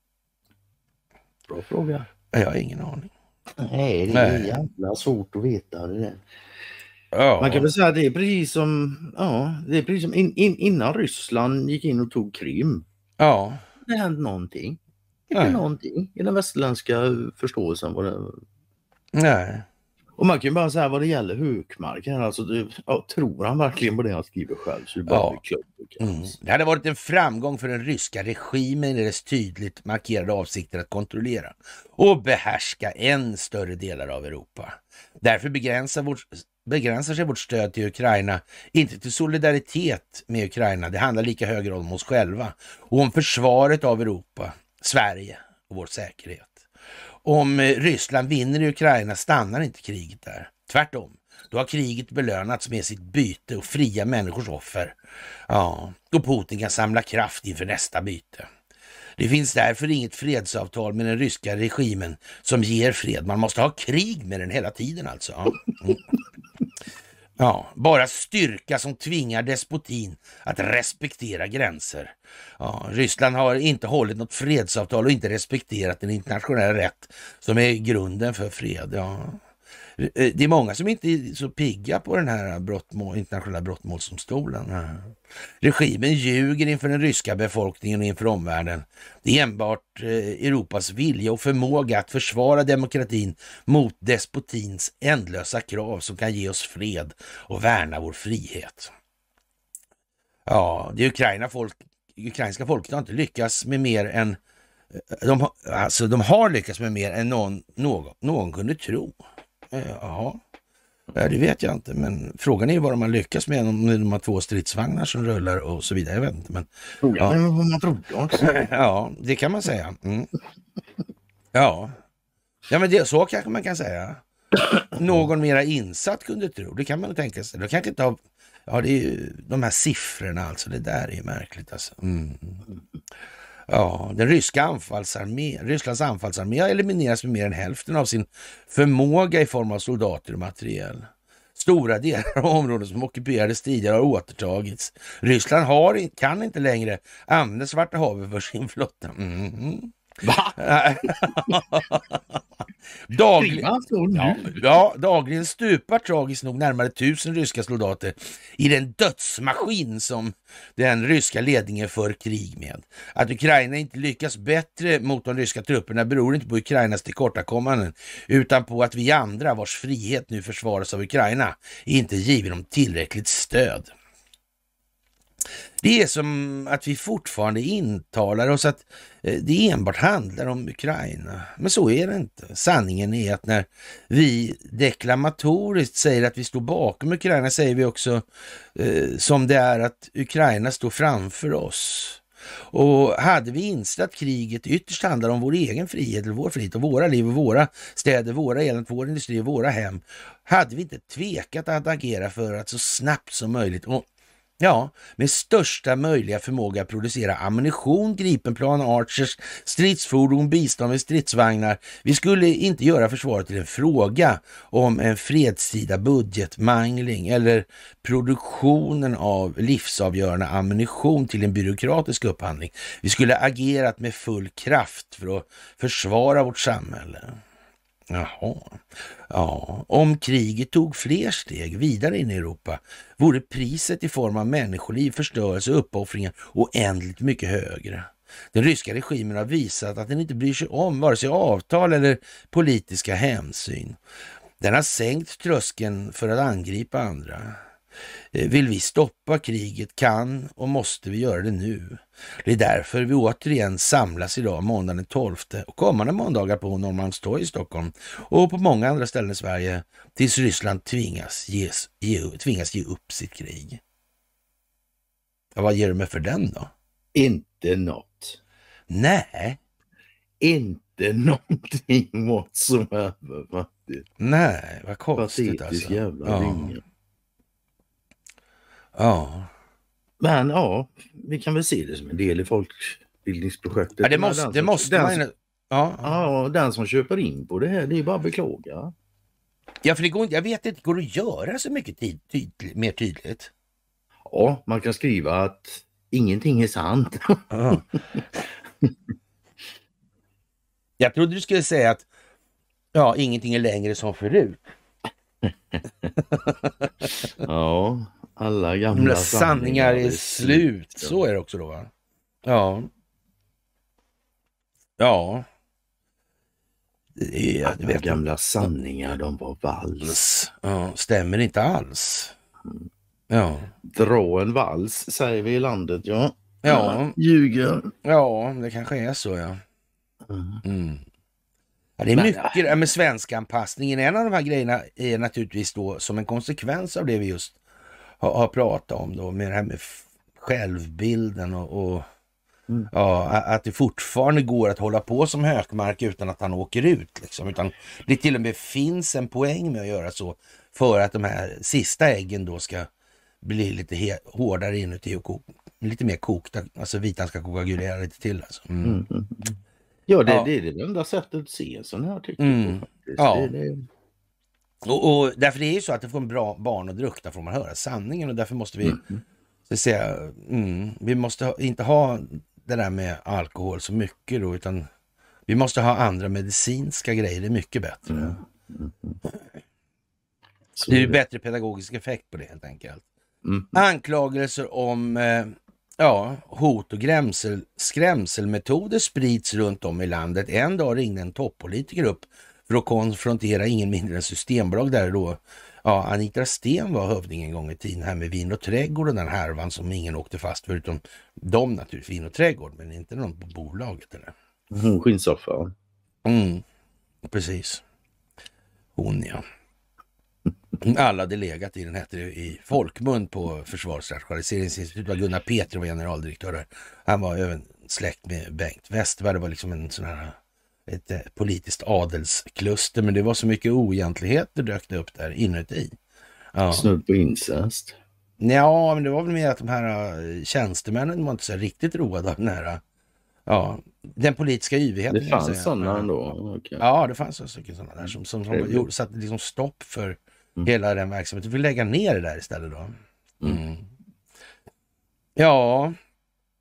Bra fråga. Jag har ingen aning. Nej, det är Nej. jävla svårt att veta det där. Ja. Man kan väl säga att det är precis som, ja, det är precis som in, in, innan Ryssland gick in och tog Krim. Ja. Det hände någonting. Inte Nej. någonting i den västerländska förståelsen. Var det... Nej. Och man kan ju bara säga vad det gäller Hökmark. Alltså, det, ja, tror han verkligen på det han skriver själv? Så det, bara ja. mm. det hade varit en framgång för den ryska regimen i dess tydligt markerade avsikter att kontrollera och behärska än större delar av Europa. Därför begränsar, vårt, begränsar sig vårt stöd till Ukraina inte till solidaritet med Ukraina. Det handlar lika hög grad om oss själva och om försvaret av Europa, Sverige och vår säkerhet. Om Ryssland vinner i Ukraina stannar inte kriget där. Tvärtom, då har kriget belönats med sitt byte och fria människors offer. Ja, och Putin kan samla kraft inför nästa byte. Det finns därför inget fredsavtal med den ryska regimen som ger fred. Man måste ha krig med den hela tiden alltså. Ja. Mm. Ja, bara styrka som tvingar despotin att respektera gränser. Ja, Ryssland har inte hållit något fredsavtal och inte respekterat den internationella rätt som är grunden för fred. Ja. Det är många som inte är så pigga på den här brottmål, internationella brottmålsdomstolen. Ja. Regimen ljuger inför den ryska befolkningen och inför omvärlden. Det är enbart Europas vilja och förmåga att försvara demokratin mot despotins ändlösa krav som kan ge oss fred och värna vår frihet. Ja, det Ukraina folk, ukrainska folket har inte lyckats med mer än de, alltså de har lyckats med mer än någon, någon, någon kunde tro. Ja, det vet jag inte, men frågan är ju vad man lyckas med om de har två stridsvagnar som rullar och så vidare, jag vet inte. Men, ja. Men vad man trodde också. Ja, det kan man säga. Mm. Ja. Ja, men det, så kanske man kan säga. Någon mera insatt kunde tro, det kan man tänka sig. Det kanske inte ha, ja, det är ju de här siffrorna alltså, det där är ju märkligt alltså. Mm. Ja, den ryska anfallsarmén, Rysslands anfallsarmé har eliminerats med mer än hälften av sin förmåga i form av soldater och materiel. Stora delar av områden som ockuperades tidigare har återtagits. Ryssland har, kan inte längre använda Svarta havet för sin flotta. Mm. Va? Dagli... Ja, Ja, ja, dagligen stupar tragiskt nog närmare tusen ryska soldater i den dödsmaskin som den ryska ledningen för krig med. Att Ukraina inte lyckas bättre mot de ryska trupperna beror inte på Ukrainas tillkortakommanden utan på att vi andra, vars frihet nu försvaras av Ukraina, inte giver dem tillräckligt stöd. Det är som att vi fortfarande intalar oss att det enbart handlar om Ukraina. Men så är det inte. Sanningen är att när vi deklamatoriskt säger att vi står bakom Ukraina säger vi också eh, som det är att Ukraina står framför oss. Och hade vi insett att kriget ytterst handlar om vår egen frihet, eller vår frihet och våra liv och våra städer, våra elände, vår industri och våra hem, hade vi inte tvekat att agera för att så snabbt som möjligt och ja, med största möjliga förmåga att producera ammunition, gripenplan, archers, stridsfordon, bistånd med stridsvagnar. Vi skulle inte göra försvaret till en fråga om en fredstida budgetmangling eller produktionen av livsavgörande ammunition till en byråkratisk upphandling. Vi skulle agerat med full kraft för att försvara vårt samhälle. Jaha, ja, om kriget tog fler steg vidare in i Europa vore priset i form av människoliv, förstörelse och uppoffringar oändligt mycket högre. Den ryska regimen har visat att den inte bryr sig om vare sig avtal eller politiska hänsyn. Den har sänkt tröskeln för att angripa andra. Vill vi stoppa kriget kan och måste vi göra det nu. Det är därför vi återigen samlas idag måndagen den tolfte och kommande måndagar på Norrmalmstorg i Stockholm och på många andra ställen i Sverige tills Ryssland tvingas ge, ge, tvingas ge upp sitt krig. Ja, vad ger du mig för den då? Inte något. Nej. Inte någonting whatsoever faktiskt. Nej, vad konstigt Patetisk alltså. jävla Ja. ringa. Ja. Men ja, vi kan väl se det som en del i folkbildningsprojektet. Ja, det måste, som, det måste den, man... som, Ja. ja, den som köper in på det här, det är bara att beklaga. Ja, för det går, jag vet inte, går det att göra så mycket tid, tydlig, mer tydligt? Ja, man kan skriva att ingenting är sant. Ja. Jag trodde du skulle säga att ja, ingenting är längre som förut. Ja, alla gamla Gamla sanningar, sanningar är slut. Ja. Så är det också då, va? Ja. Ja. Det är, Alla du vet, gamla sanningar, de var vals. ja, stämmer inte alls. Ja. Dra en vals, säger vi i landet, ja. Ja. Ljuger. Ja, det kanske är så, ja. Mm. Mm. Ja, det är Men, mycket det med svenska anpassningen. En av de här grejerna är naturligtvis då som en konsekvens av det vi just har, har pratat om då, med det här med f- självbilden och, och mm. ja, att det fortfarande går att hålla på som Hökmark utan att han åker ut liksom, utan det till och med finns en poäng med att göra så för att de här sista äggen då ska bli lite he- hårdare inuti och ko- lite mer kokta, alltså vitan ska koagulera lite till alltså. Mm. Mm, mm. Ja, det, Ja. det är det enda sättet att se en sån här artikel Mm. på faktiskt. Ja. Det, det... Och, och därför det är ju så att det får en bra barn och drukta får man höra sanningen och därför måste vi Mm. så att säga, mm, vi måste ha, inte ha det där med alkohol så mycket då, utan vi måste ha andra medicinska grejer, det är mycket bättre. Mm. Mm. Så Det är ju det. bättre pedagogisk effekt på det helt enkelt. Mm. Anklagelser om eh, ja, hot och grämsel, skrämselmetoder sprids runt om i landet. En dag ringde en toppolitiker upp för att konfrontera ingen mindre än Systembolag där då. Ja, Anita Sten var hövding en gång i tiden här med Vin och trädgård och den härvan som ingen åkte fast för utom de naturligtvis, Vin och trädgård, men inte någon på bolaget eller. Mm, skinnsoffa. Mm, precis. Hon ja. Alla hade legat i den, hette det i folkmun på Försvarsrationaliseringsinstitutet. Var Gunnar Petri var generaldirektör där. Han var även släkt med Bengt Westerberg. Det var liksom en sån här ett eh, politiskt adelskluster, men det var så mycket oegentligheter dök det upp där inuti. Ja. Snudd på incest. Ja, men det var väl mer att de här uh, tjänstemännen var inte så riktigt roade av den här, uh, ja, den politiska yvigheten. Det fanns sådana ändå. Okay. Ja, det fanns stycken sådana där som, som, som gjorde, satte liksom stopp för mm. hela den verksamheten. Vi vill lägga ner det där istället då. Mm. Mm. Ja,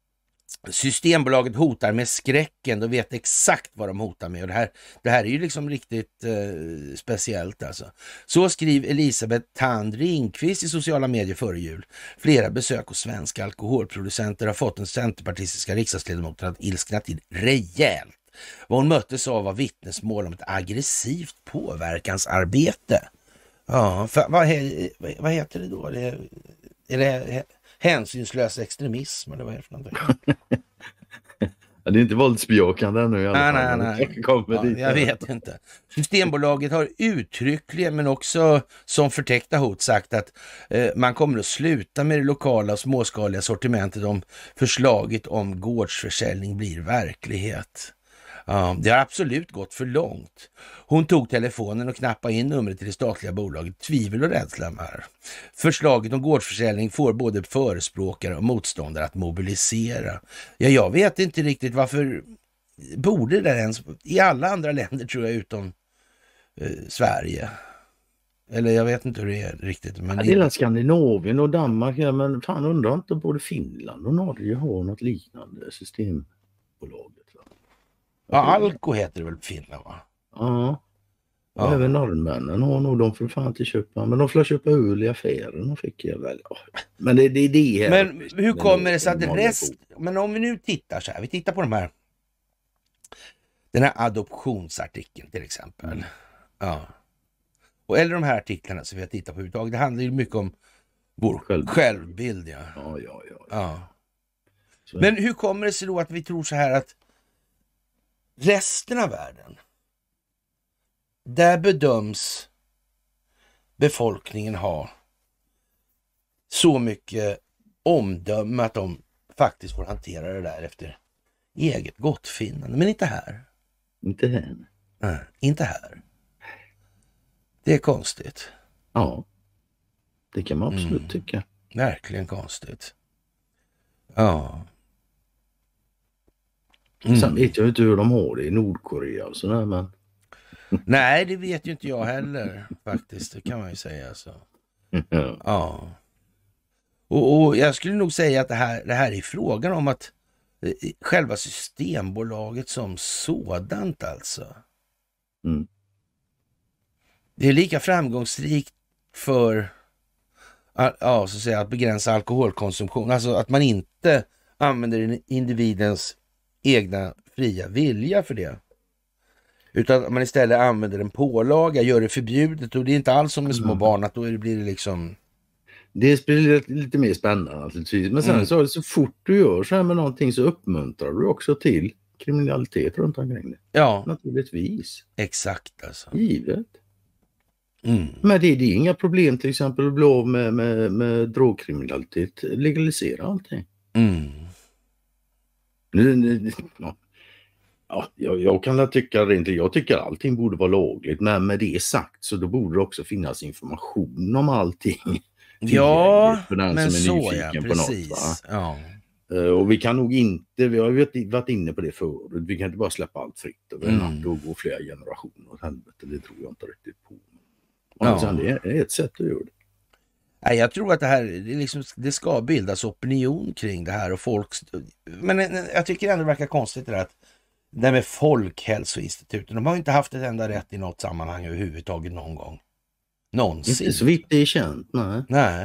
Systembolaget hotar med skräcken, de vet exakt vad de hotar med. Och det här, det här är ju liksom riktigt eh, speciellt alltså. Så skriver Elisabeth Tand Ringqvist i sociala medier före jul. Flera besök hos svenska alkoholproducenter har fått den centerpartistiska riksdagsledamoten att ilskna till rejält. Vad hon möttes av var vittnesmål om ett aggressivt påverkansarbete. Ja, för, vad, vad heter det då? Det, är det hänsynslös extremism eller vad är det för någonting? Ja, det är inte våldsbejakande nu i alla nej, fall. Nej, nej. Ja, dit. Jag vet inte. Systembolaget har uttryckligen men också som förtäckta hot sagt att eh, man kommer att sluta med det lokala och småskaliga sortimentet om förslaget om gårdsförsäljning blir verklighet. Ja, det har absolut gått för långt. Hon tog telefonen och knappade in numret till det statliga bolaget. Tvivel och rädsla här. Förslaget om gårdsförsäljning får både förespråkare och motståndare att mobilisera. Ja, jag vet inte riktigt varför borde det ens i alla andra länder tror jag utom eh, Sverige. Eller jag vet inte hur det är riktigt. Men ja, det är Skandinavien och Danmark. Ja, men fan undrar inte både Finland och Norge har något liknande systembolag. Ja, Alko heter det väl på Finland va? Ja. Och ja. Även norrmännen har nog de får fan inte köpa. Men de får köpa öl i affären och fick jag väl. Men det är det, det här. Men hur kommer det sig att rest... Men om vi nu tittar så här. Vi tittar på de här. Den här adoptionsartikeln till exempel. Mm. Ja. Och eller de här artiklarna som vi har tittat på överhuvudtaget. Det handlar ju mycket om vår Själv. självbild. Ja. Ja, ja, ja. ja. Men hur kommer det sig då att vi tror så här att resten av världen, där bedöms befolkningen ha så mycket omdöme att de faktiskt får hantera det där efter eget gottfinnande. Men inte här. Inte här. Nej, inte här. Det är konstigt. Ja, det kan man absolut mm. tycka. Verkligen konstigt. Ja. Mm. Sen vet jag inte hur de har det i Nordkorea och sådär, men... Nej, det vet ju inte jag heller faktiskt, det kan man ju säga alltså. Ja. Ja. Och, och jag skulle nog säga att det här, det här är frågan om att eh, själva Systembolaget som sådant alltså. Mm. Det är lika framgångsrikt för ja, så att säga, att begränsa alkoholkonsumtion. Alltså att man inte använder individens egna fria vilja för det. Utan att man istället använder en pålaga, gör det förbjudet. Och det är inte alls som med små barn att då blir det liksom... Det blir lite mer spännande naturligtvis. Men sen mm. så, så fort du gör så här med någonting så uppmuntrar du också till kriminalitet runt omkring det. Ja. Naturligtvis. Exakt alltså. Givet. Mm. Men det, det är inga problem till exempel att bli av med, med, med drogkriminalitet. Legalisera allting. Mm. Nu, nu, ja. Ja, jag, jag kan tycka rent, jag tycker allting borde vara lagligt, men med det sagt så då borde det också finnas information om allting. Ja, för den men som är så nyfiken ja, på precis. något, va? Ja. Och vi kan nog inte, vi har varit inne på det förut, vi kan inte bara släppa allt fritt över en Mm. natt och gå flera generationer åt helvete, det tror jag inte riktigt på. Och Ja. sen, det är ett sätt att göra det. Nej, jag tror att det här, det, liksom, det ska bildas opinion kring det här och folk, men jag tycker ändå det verkar konstigt det där att det där med Folkhälsoinstituten, de har inte haft ett enda rätt i något sammanhang överhuvudtaget någon gång. Någonsin. Inte så vitt det är känt, nej. Nej.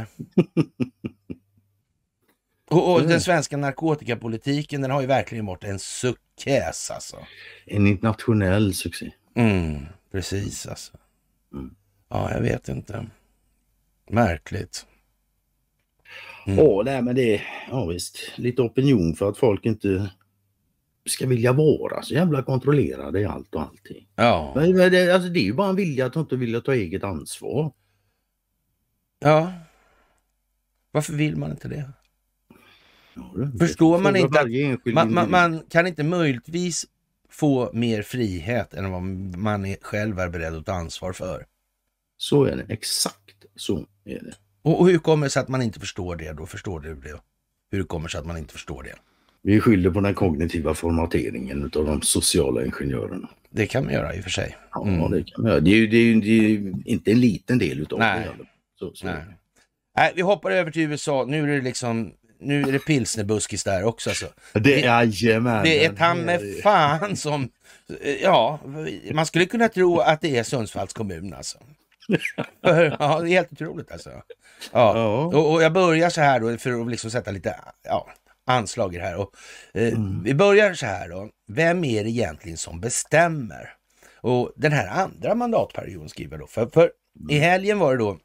och och mm. den svenska narkotikapolitiken, den har ju verkligen varit en success alltså. En internationell succé. Mm, precis alltså. Mm. Ja, jag vet inte. Märkligt. Mm. Åh, nej men det är, ja visst, lite opinion för att folk inte ska vilja vara så jävla kontrollerade i allt och allting. Ja. Men det, alltså, det är ju bara en vilja att inte vilja ta eget ansvar. Ja. Varför vill man inte det? Ja, det Förstår man inte att man, man, man man kan inte möjligtvis få mer frihet än vad man är, själv är beredd att ta ansvar för. Så är det, exakt så är det. Och, och hur kommer det sig att man inte förstår det då? Förstår du det? Hur kommer det sig att man inte förstår det? Vi skyller på den kognitiva formateringen av de sociala ingenjörerna. Det kan man göra i och för sig. Mm. Ja, det kan man göra. Det är ju, det är ju, det är ju inte en liten del utav Nej. det. Så, så. Nej. Nej, vi hoppar över till U S A. Nu är det liksom nu är det pilsnerbuskis där också. Alltså. Det är jajamän. Det är ta med fan som, ja, man skulle kunna tro att det är Sundsvalls kommun alltså. Ja, det är helt otroligt alltså. Ja. Ja. Och, och jag börjar så här då för att liksom sätta lite ja, anslag i det här. Och, eh, mm. Vi börjar så här då. Vem är det egentligen som bestämmer? Och den här andra mandatperioden skriver då. För, för mm. i helgen var det då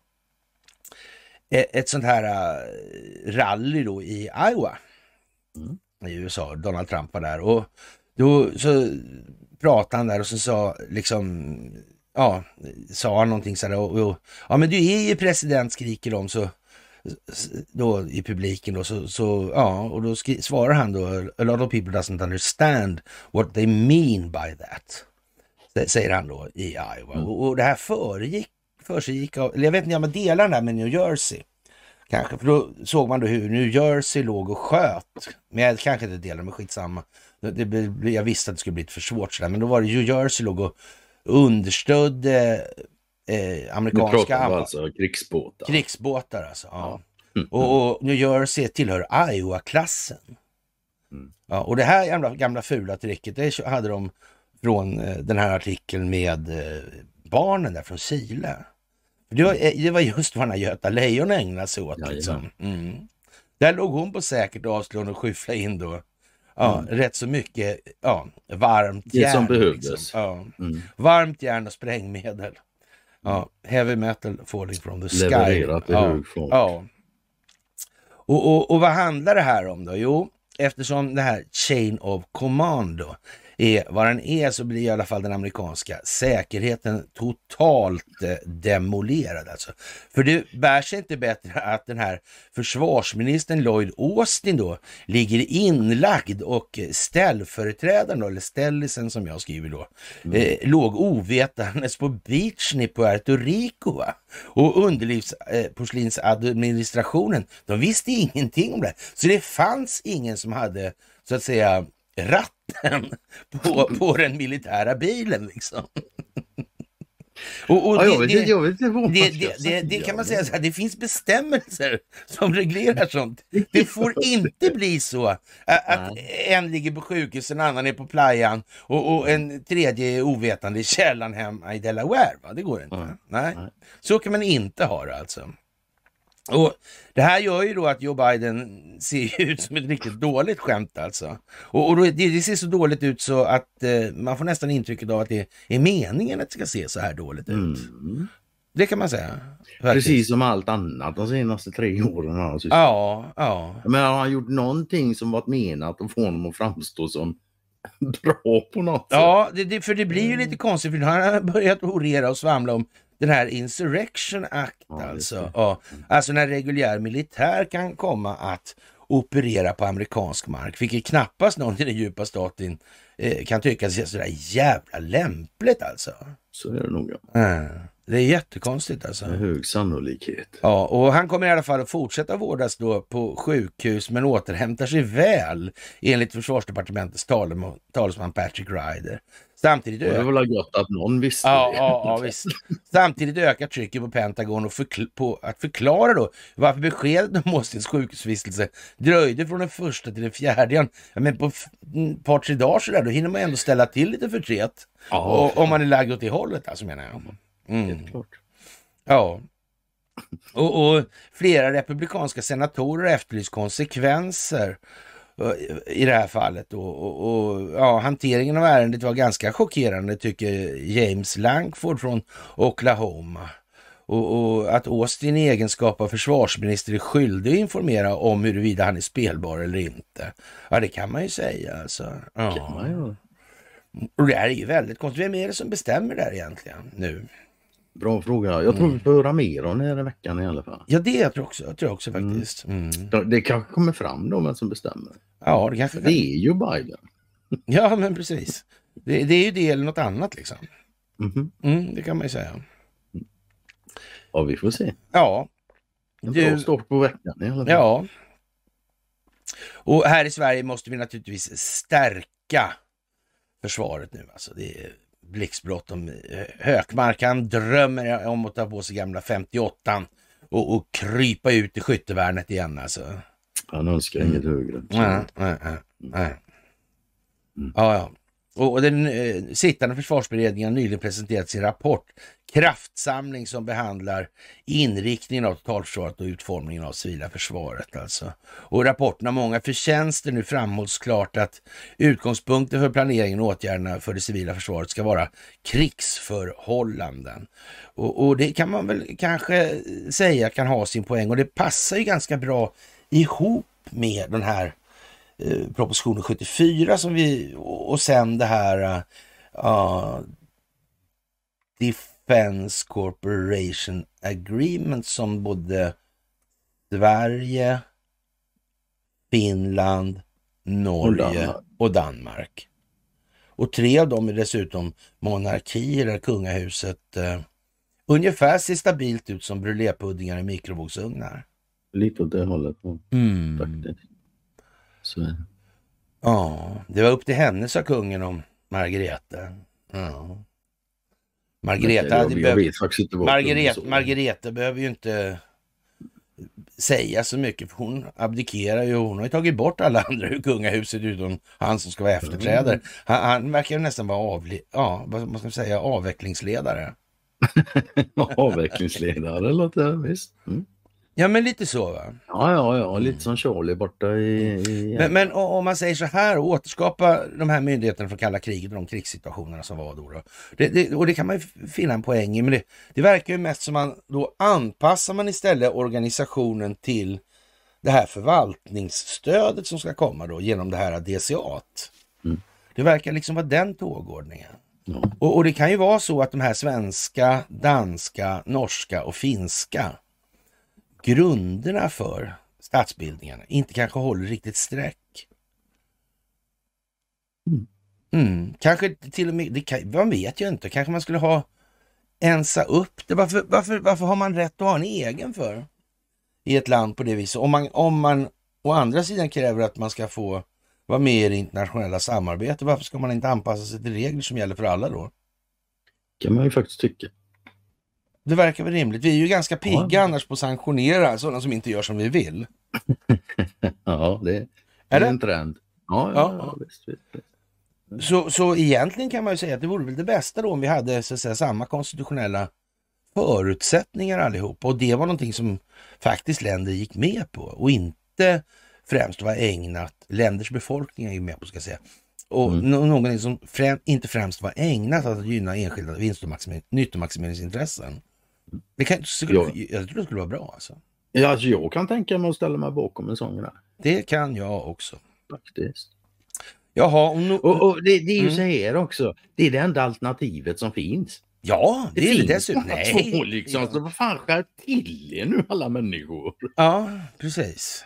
ett sånt här uh, rally då i Iowa mm. i U S A. Donald Trump var där och då så pratade han där och så sa liksom ja, sa han någonting så där och, och ja men du är ju president skriker de så då i publiken då så, så ja och då skri, svarar han då a lot of people doesn't understand what they mean by that. Det säger han då i Iowa mm. och, och det här föregick för sig gick av, eller jag vet inte om jag delar den där med New Jersey kanske, för då såg man då hur New Jersey låg och sköt, men jag kanske inte delar med skitsamma, det, det, jag visste att det skulle bli för svårt sådär, men då var det New Jersey låg och understödde eh, amerikanska alltså krigsbåtar krigsbåtar alltså, ja. Mm. Och, och New Jersey tillhör Iowa-klassen mm. ja, och det här gamla, gamla fula tricket det hade de från eh, den här artikeln med eh, barnen där från Chile. Det var, det var just vad den här Göta Lejon ägnade sig åt. Ja, liksom. Mm. Där låg hon på säkert avslån och skyffla in då ja, mm. rätt så mycket ja, varmt järn. Det som behövdes. Liksom. Ja. Mm. Varmt järn och sprängmedel. Ja, heavy metal falling from the sky. Levererat i ja. hög fart. Ja. Och, och, och vad handlar det här om då? Jo, eftersom det här chain of command då är vad den är så blir i alla fall den amerikanska säkerheten totalt eh, demolerad alltså. För det bär sig inte bättre att den här försvarsministern Lloyd Austin då ligger inlagd och ställföreträdaren då, eller ställisen som jag skriver då, mm. eh, låg ovetandes på beachen i Puerto Rico va? Och underlivsporslinsadministrationen, de visste ingenting om det. Så det fanns ingen som hade så att säga ratten på, på den militära bilen liksom. Och, och ja, det, jag vet inte, jag vet inte vad det, det, det, det kan man säga så här, det finns bestämmelser som reglerar sånt. Det får inte bli så att, att en ligger på sjukhus, en annan är på playan och, och en tredje är ovetande i källan hemma i Delaware. Va? Det går inte. Mm. Nej. Nej, så kan man inte ha det alltså. Och det här gör ju då att Joe Biden ser ut som ett riktigt dåligt skämt alltså. Och, och då, det, det ser så dåligt ut så att eh, man får nästan intrycket av att det är meningen att det ska se så här dåligt ut. Mm. Det kan man säga. Faktiskt. Precis som allt annat de senaste tre åren. Alltså. Ja, ja. Men har han gjort någonting som varit menat att få honom att framstå som bra på något sätt? Ja, det, det, för det blir ju lite konstigt för han har börjat orera och svamla om den här Insurrection Act ja, alltså. Ja, alltså när reguljär militär kan komma att operera på amerikansk mark, vilket knappast någon i den djupa staten eh, kan tycka sig sådär jävla lämpligt alltså. Så är det nog. Ja. Mm. Det är jättekonstigt alltså. Med hög sannolikhet. Ja, och han kommer i alla fall att fortsätta vårdas då på sjukhus men återhämtar sig väl enligt försvarsdepartementets talesman Patrick Ryder. Samtidigt ökar... Det var väl gott att någon visste ja, det. Ja, ja, visst. Samtidigt ökar trycket på Pentagon och förkl- på att förklara då varför beskedet om Austins sjukhusvistelse dröjde från den första till den fjärde. Ja, men på ett par, tre dagar så där, då hinner man ändå ställa till lite förtret. Ja, och, om man är lagd åt det hållet, alltså menar jag. Mm. Ja. Och, och flera republikanska senatorer efterlyst konsekvenser i det här fallet och, och, och ja, hanteringen av ärendet var ganska chockerande tycker James Lankford från Oklahoma och, och att Austin i egenskap av försvarsminister är skyldig att informera om huruvida han är spelbar eller inte. Ja, det kan man ju säga alltså. Ja. Kan man ju. Och det här är ju väldigt konstigt. Vem är det som bestämmer där egentligen nu? Bra fråga. Jag tror mm. vi får höra mer om det här i veckan i alla fall. Ja, det jag tror också, jag tror också faktiskt. Mm. Mm. Det kanske kommer fram då vem som bestämmer. Ja, det kanske det är ju Biden. Ja, men precis. Det, det är ju det eller något annat liksom. Mm. Mm, det kan man ju säga. Ja, vi får se. Ja. En bra start på veckan i alla fall. Ja. Och här i Sverige måste vi naturligtvis stärka försvaret nu. Alltså det är blixtbrott om Hökmark. Han drömmer om att ta på sig gamla femtioåttan och, och krypa ut i skyttevärnet igen alltså. Han önskar mm. inget högre. Nej, nej, nej. nej. Mm. Ja, ja. Och den eh, sittande försvarsberedningen har nyligen presenterat sin rapport Kraftsamling som behandlar inriktningen av totalförsvaret och utformningen av civila försvaret. Alltså. Och rapporten har många förtjänster. Nu framhålls klart att utgångspunkten för planeringen och åtgärderna för det civila försvaret ska vara krigsförhållanden. Och, och det kan man väl kanske säga kan ha sin poäng, och det passar ju ganska bra ihop med den här eh, propositionen sjuttiofyra som vi, och sen det här uh, Defense Corporation Agreement som både Sverige, Finland, Norge och Danmark. och Danmark. Och tre av dem är dessutom monarkier där kungahuset eh, ungefär ser stabilt ut som brulépuddingar i mikrovågsugnar. Lite åt det hållet. Mm. Faktiskt. Så. Ja, det var upp till henne, sa kungen om Margareta. Ja. Margareta, hade jag, behöv... jag vet Margareta, Margareta behöver ju inte säga så mycket, för hon abdikerar ju. Hon har ju tagit bort alla andra ur kungahuset utom han som ska vara efterträdare. Mm. Han, han verkar ju nästan vara avli... ja, vad ska man säga, avvecklingsledare. Avvecklingsledare låter visst. Mm. Ja, men lite så, va? Ja, ja, ja. Lite som Charlie borta i... i... Men, men om man säger så här, och återskapa de här myndigheterna från kalla kriget och de krigssituationerna som var då. då. Det, det, och det kan man ju finna en poäng i, men det, det verkar ju mest som man då anpassar man istället organisationen till det här förvaltningsstödet som ska komma då genom det här D C A T. Mm. Det verkar liksom vara den tågordningen. Ja. Och, och det kan ju vara så att de här svenska, danska, norska och finska grunderna för statsbildningarna inte kanske håller riktigt sträck. Mm. Mm. Kanske till och med, det kan, man vet ju inte, kanske man skulle ha ensa upp det. Varför, varför, varför har man rätt att ha en egen för i ett land på det viset? Om man, om man å andra sidan kräver att man ska få vara med i det internationella samarbetet, varför ska man inte anpassa sig till regler som gäller för alla då? Kan man ju faktiskt tycka. Det verkar väl rimligt. Vi är ju ganska pigga ja. annars på att sanktionera sådana som inte gör som vi vill. Ja, det är, är det en trend. Ja, ja, ja. ja visst, visst, visst. Så, så egentligen kan man ju säga att det vore väl det bästa då om vi hade så att säga, samma konstitutionella förutsättningar allihop. Och det var någonting som faktiskt länder gick med på. Och inte främst var ägnat, länders befolkningar gick med på ska jag säga. Och mm. någonting som främ, inte främst var ägnat att gynna enskilda vinst- och maximer, nyttomaximeringsintressen. Det kan, skulle, ja. Jag tror det skulle vara bra alltså. Ja, alltså jag kan tänka mig att ställa mig bakom en sån där. Det kan jag också. Faktiskt. Jaha. Och, no, och, och det, det är ju mm. så här också. Det är det enda alternativet som finns. Ja, det, det är finns det dessutom. Nej. Två, liksom, så vad fan skär till er nu alla människor? Ja, precis.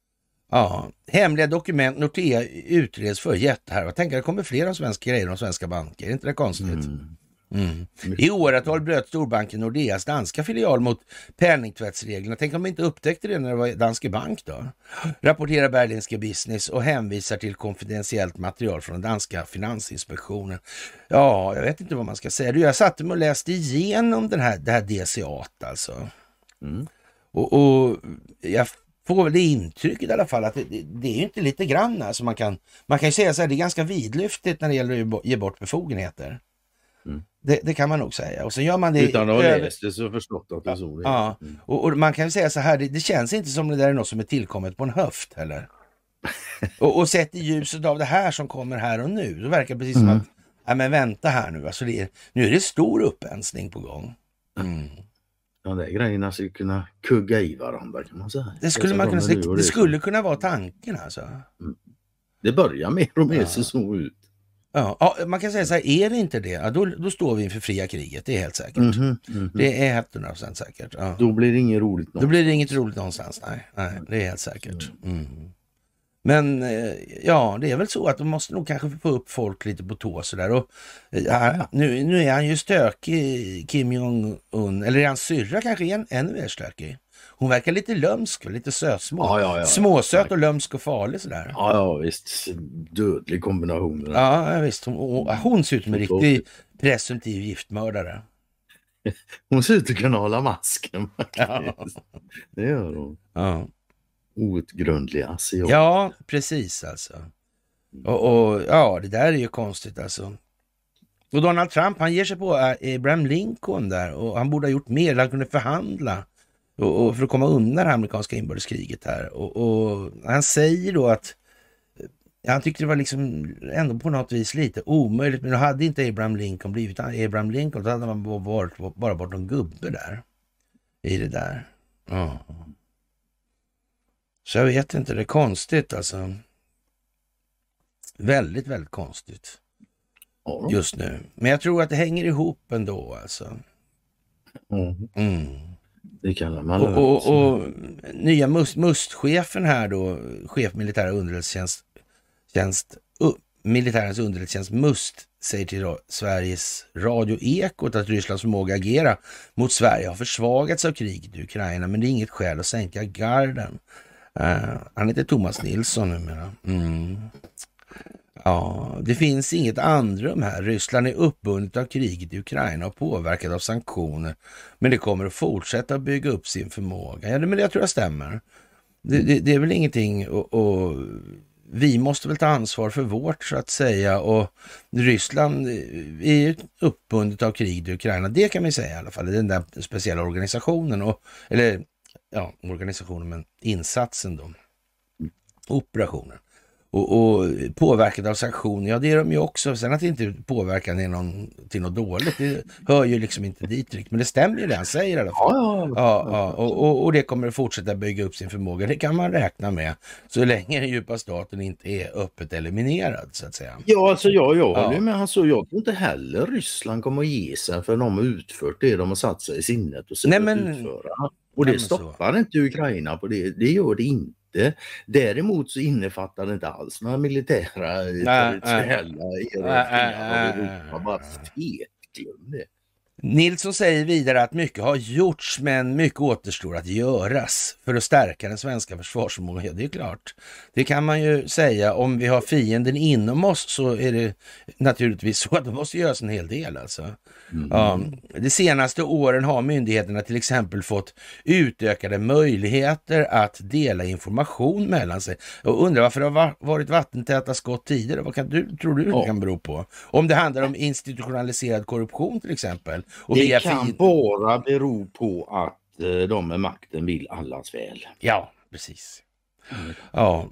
Ja, hemliga dokument Nordea utreds för jättehär. Jag tänker det kommer fler av svenska grejer om svenska banker. Är inte det konstigt? Mm. Mm. I åratal bröt storbanken Nordeas danska filial mot penningtvättsreglerna. Tänk om de inte upptäckte det när det var Danske Bank då. Rapporterar Berlingske Business och hänvisar till konfidentiellt material från den danska finansinspektionen. Ja, jag vet inte vad man ska säga. Jag satt och läste igenom den här, det här D C A T alltså. Mm. Och, och jag får väl det intrycket i alla fall att det, det, det är ju inte lite grann alltså man kan man kan ju säga så här, det är ganska vidlyftigt när det gäller att ge bort befogenheter. Mm. Det, det kan man nog säga. Och så gör man det utan att ha läst det så förstått att det är så. Ja, mm. och, och man kan ju säga så här, det, det känns inte som det där är något som är tillkommet på en höft heller. och, och sett i ljuset av det här som kommer här och nu, då verkar det precis mm. som att ja, men vänta här nu, alltså det är, nu är det stor upphänsning på gång. Mm. Ja, det är grejerna skulle kunna kugga i varandra kan man säga. Det skulle, man kunna, det, det, det skulle kunna vara tanken alltså. Mm. Det börjar mer och mer ja. se så ut. Ja, ja, man kan säga så här, är det inte det, ja, då, då står vi inför fria kriget, det är helt säkert. Mm-hmm, mm-hmm. Det är hundra procent säkert. Ja. Då blir det inget roligt någonstans. Då blir det inget roligt någonstans, nej. nej det är helt säkert. Mm. Men ja, det är väl så att de måste nog kanske få upp folk lite på tå sådär. Och ja, nu, nu är han ju stökig, Kim Jong-Un, eller är han syrra kanske en, ännu mer stökig? Hon verkar lite lömsk, lite sötsmå. Ja, ja, ja. Småsöt och lömsk och farlig sådär. Ja, ja visst. Dödlig kombination. Ja, visst. Hon, hon ser ut som en riktig presumtiv giftmördare. Hon ser ut att kunna hålla masken. Ja. Det gör hon. Ja. outgrundliga asiat. Ja, precis alltså. Och, och ja, det där är ju konstigt alltså. Och Donald Trump, han ger sig på Abraham Lincoln där och han borde ha gjort mer, han kunde förhandla och, och för att komma undan det amerikanska inbördeskriget här. Och, och han säger då att han tyckte det var liksom ändå på något vis lite omöjligt, men då hade inte Abraham Lincoln blivit Abraham Lincoln, då hade man varit bara bort någon gubbe där i det där. Ja. Så jag vet inte, det är konstigt alltså. Väldigt, väldigt konstigt just nu. Men jag tror att det hänger ihop ändå alltså. Mm. Mm. Det kallar man och, och, och nya must, mustchefen här då, chef militär underrättelsetjänst, tjänst, uh, militärens underrättelsetjänst Must säger till då, Sveriges Radio Ekot att Rysslands förmåga att agera mot Sverige har försvagats av kriget i Ukraina, men det är inget skäl att sänka garden. Uh, han heter Thomas Nilsson numera. Mm. Ja, det finns inget andrum här. Ryssland är uppbundet av kriget i Ukraina och påverkat av sanktioner. Men det kommer att fortsätta att bygga upp sin förmåga. Ja, men det tror jag stämmer. Det, det, det är väl ingenting och, och vi måste väl ta ansvar för vårt så att säga. Och Ryssland är ju uppbundet av kriget i Ukraina. Det kan vi säga i alla fall. Den där speciella organisationen. Och, eller ja, organisationen men insatsen då. Operationen. Och, och påverkat av sanktioner, ja det är de ju också. Sen att det inte påverkar är någon, till något dåligt, det hör ju liksom inte dit riktigt. Men det stämmer ju det han säger i alla fall. Ja, ja, ja. ja och, och, och det kommer att fortsätta bygga upp sin förmåga. Det kan man räkna med. Så länge den djupa staten inte är öppet eliminerad så att säga. Ja, alltså jag, jag håller ja. med. Alltså, jag tror inte heller Ryssland kommer att ge sig för de har utfört det de har satt sig i sinnet och Nej, men, att utföra. Och det nej, stoppar så. inte Ukraina på det. Det gör det inte. Däremot så innefattar det inte alls några militära territoriella erövringar av Europa. Bara fetglöm det. Nilsson säger vidare att mycket har gjorts men mycket återstår att göras för att stärka den svenska försvarsförmågan. Ja, det är klart. Det kan man ju säga. Om vi har fienden inom oss så är det naturligtvis så att det måste göras en hel del alltså. Mm. Ja, de senaste åren har myndigheterna till exempel fått utökade möjligheter att dela information mellan sig. Jag undrar varför det har varit vattentäta skott tidigare. Vad kan du, tror du det ja. kan bero på? Om det handlar om institutionaliserad korruption till exempel. Och det kan fin... bara bero på att eh, de med makten vill allas väl. Ja, precis. Mm. Ja.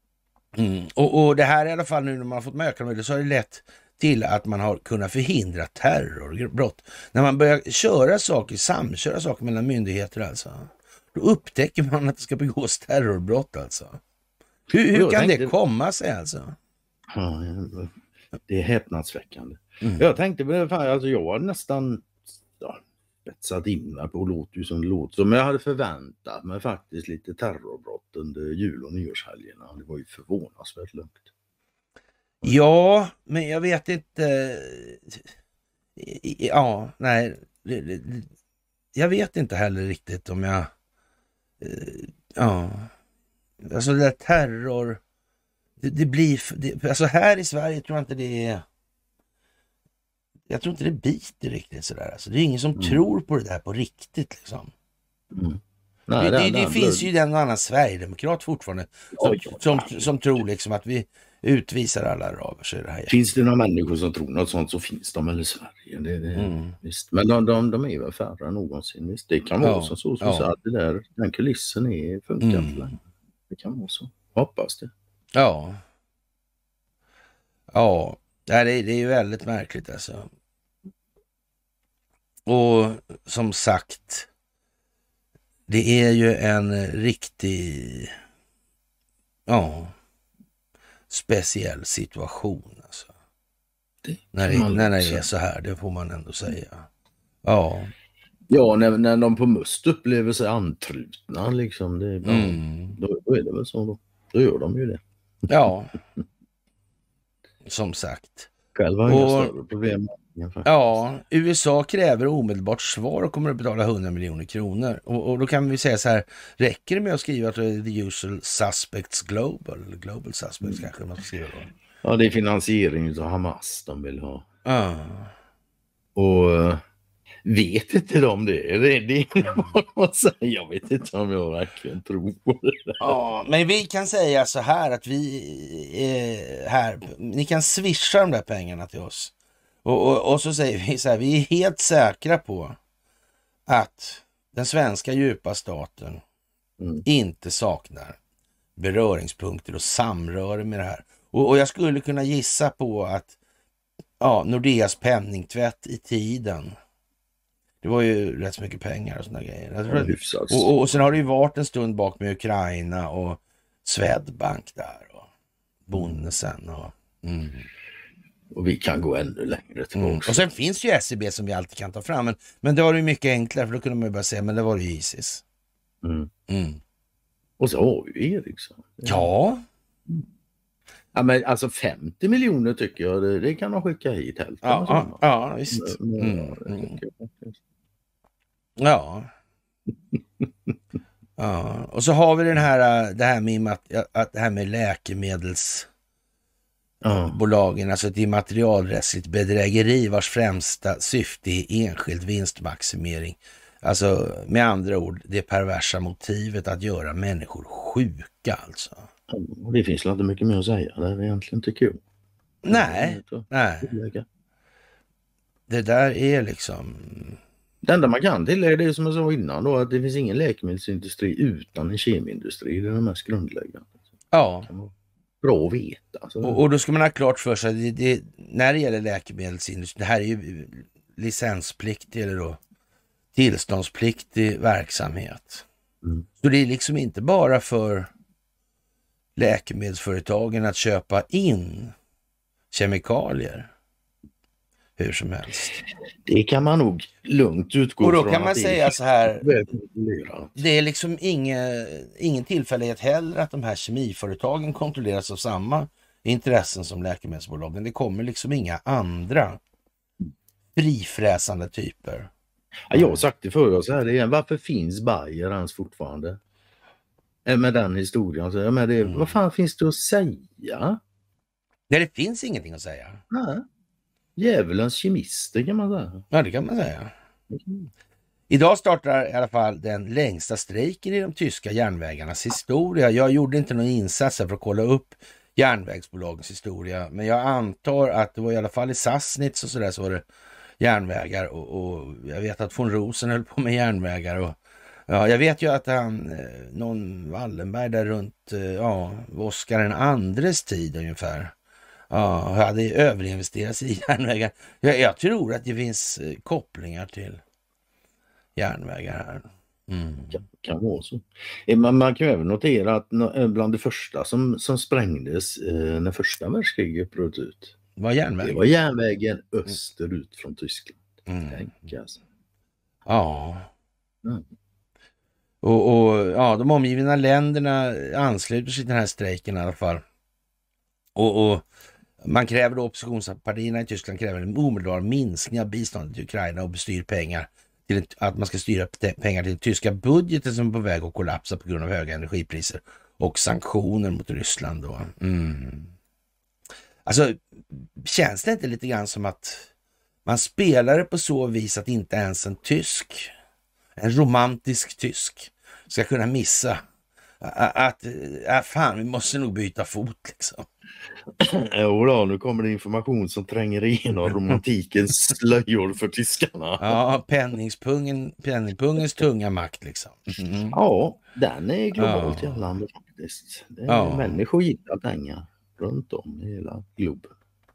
Mm. Och, och det här i alla fall nu när man har fått med ökade så har det lett till att man har kunnat förhindra terrorbrott. När man börjar köra saker, samköra saker mellan myndigheter alltså. Då upptäcker man att det ska begås terrorbrott alltså. Hur, hur kan tänkte... det komma sig alltså? Ja, det är häpnadsväckande. Mm. Jag tänkte på det, alltså jag har nästan ja, spetsat in mig på låt ju som låt. Men jag hade förväntat mig faktiskt lite terrorbrott under jul- och nyårshelgerna. Det var ju förvånansvärt lugnt. Ja, men jag vet inte. Ja, nej. Jag vet inte heller riktigt om jag... Ja. Alltså det där terror... Det, det blir... Det, alltså här i Sverige tror jag inte det är... Jag tror inte det biter riktigt sådär. Alltså det är ingen som mm. tror på det där på riktigt liksom. Mm. Nej, det, det, det, det finns ju den och annan sverigedemokrat fortfarande som, oj, oj, som, som, som tror liksom att vi utvisar alla araber. Så är det här. Finns det några människor som tror något sånt så finns de väl i Sverige. Det, det, mm. visst. Men de, de, de är väl färre än någonsin. Visst. Det kan vara ja, så, så, så, ja. så att det där, den kulissen är funkar mm. Det kan vara så. Hoppas det. Ja. Ja. Det är, det är ju väldigt märkligt alltså. Och som sagt, det är ju en riktig ja, speciell situation alltså. Det när, det, när det är så här, det får man ändå säga. Ja. Ja, när, när de på Must upplever sig antrutna liksom, det, ja, mm. då, då är det väl så då. Då gör de ju det. Ja. Som sagt. Själva har inga större problem. Ja, U S A kräver omedelbart svar och kommer att betala hundra miljoner kronor. Och, och då kan vi säga så här, räcker det med att skriva att det är the usual suspects global? Global suspects mm. kanske man ska skriva då. Ja, det är finansiering av Hamas de vill ha. Ah. Och vet inte de det. Det, det är vad man säger. Jag vet inte om jag verkligen tror på det där. Ja, men vi kan säga så här att vi är här. Ni kan swisha de där pengarna till oss. Och, och, och så säger vi så här, vi är helt säkra på att den svenska djupa staten mm. inte saknar beröringspunkter och samröre med det här. Och, och jag skulle kunna gissa på att ja, Nordeas penningtvätt i tiden, det var ju rätt så mycket pengar och sådana grejer. Jag tror ja, att, och, och sen har det ju varit en stund bak med Ukraina och Swedbank där och Bonnesen och... Mm. Och vi kan gå ännu längre tillbaka. Mm. Och sen finns ju S E B som vi alltid kan ta fram. Men, men det var ju mycket enklare, för då kunde man ju bara säga, men det var ju Isis. Mm. Mm. Och så har vi Ericsson. Ja. Mm. Ja, men alltså femtio miljoner tycker jag, det, det kan man skicka hit helt. Ja, ja, ja, visst. Mm. Mm. Ja. Ja. Och så har vi den här, det här med, att, det här med läkemedels... Ja. Bolagen, alltså ett immaterialrättsligt bedrägeri vars främsta syfte är enskild vinstmaximering. Alltså med andra ord det perversa motivet att göra människor sjuka alltså. Ja, det finns inte mycket mer att säga där egentligen tycker jag. Nej, nej. Det där är liksom... Det enda man kan till är det som jag sa innan då, att det finns ingen läkemedelsindustri utan en kemiindustri. Det är det mest grundläggande. Ja. Bra att veta. Alltså. Och, och då ska man ha klart för sig, det, det, när det gäller läkemedelsindustrin, det här är ju licenspliktig eller då tillståndspliktig verksamhet. Mm. Så det är liksom inte bara för läkemedelsföretagen att köpa in kemikalier hur som helst. Det kan man nog lugnt utgå från. Och då kan man säga så här, det är liksom ingen, ingen tillfällighet heller att de här kemiföretagen kontrolleras av samma intressen som läkemedelsbolagen. Det kommer liksom inga andra frifräsande typer. Ja, jag har sagt det förr, så här igen, varför finns Bayer ens fortfarande? Med den historien. Så, men det, mm. Vad fan finns det att säga? Nej, det finns ingenting att säga. Nej. Djävulens kemister kan man säga. Ja, det kan man säga. Mm. Idag startar i alla fall den längsta strejken i de tyska järnvägarnas historia. Jag gjorde inte någon insats för att kolla upp järnvägsbolagens historia, men jag antar att det var i alla fall i Sassnitz och sådär så var det järnvägar och, och jag vet att von Rosen höll på med järnvägar och ja, jag vet ju att han, någon Wallenberg där runt, ja, Oskar den andres tid ungefär. Ja, hade överinvesterats i järnvägar. Jag, jag tror att det finns kopplingar till järnvägar här. Mm. Kan, kan vara så. Man, man kan ju även notera att bland det första som, som sprängdes eh, när första världskriget bröt ut. Var järnvägen? Det var järnvägen österut från Tyskland. Mm. Tänk alltså. Ja. Mm. Och, och ja, de omgivna länderna ansluter sig till den här strejken i alla fall. Och, och man kräver då, oppositionspartierna i Tyskland kräver en omedelbar minskning av biståndet till Ukraina och bestyr pengar till att man ska styra pengar till den tyska budgeten som är på väg att kollapsa på grund av höga energipriser och sanktioner mot Ryssland då. Mm. Alltså, känns det inte lite grann som att man spelar det på så vis att inte ens en tysk, en romantisk tysk ska kunna missa att, att fan, vi måste nog byta fot liksom. Jo då, nu kommer det information som tränger igenom romantikens slöjor för tyskarna. Ja, penningpungen, penningpungens tunga makt liksom. Mm. Ja, den är globalt ja. Gällande faktiskt. Det är ja. Människor gillar pengar runt om i hela globen.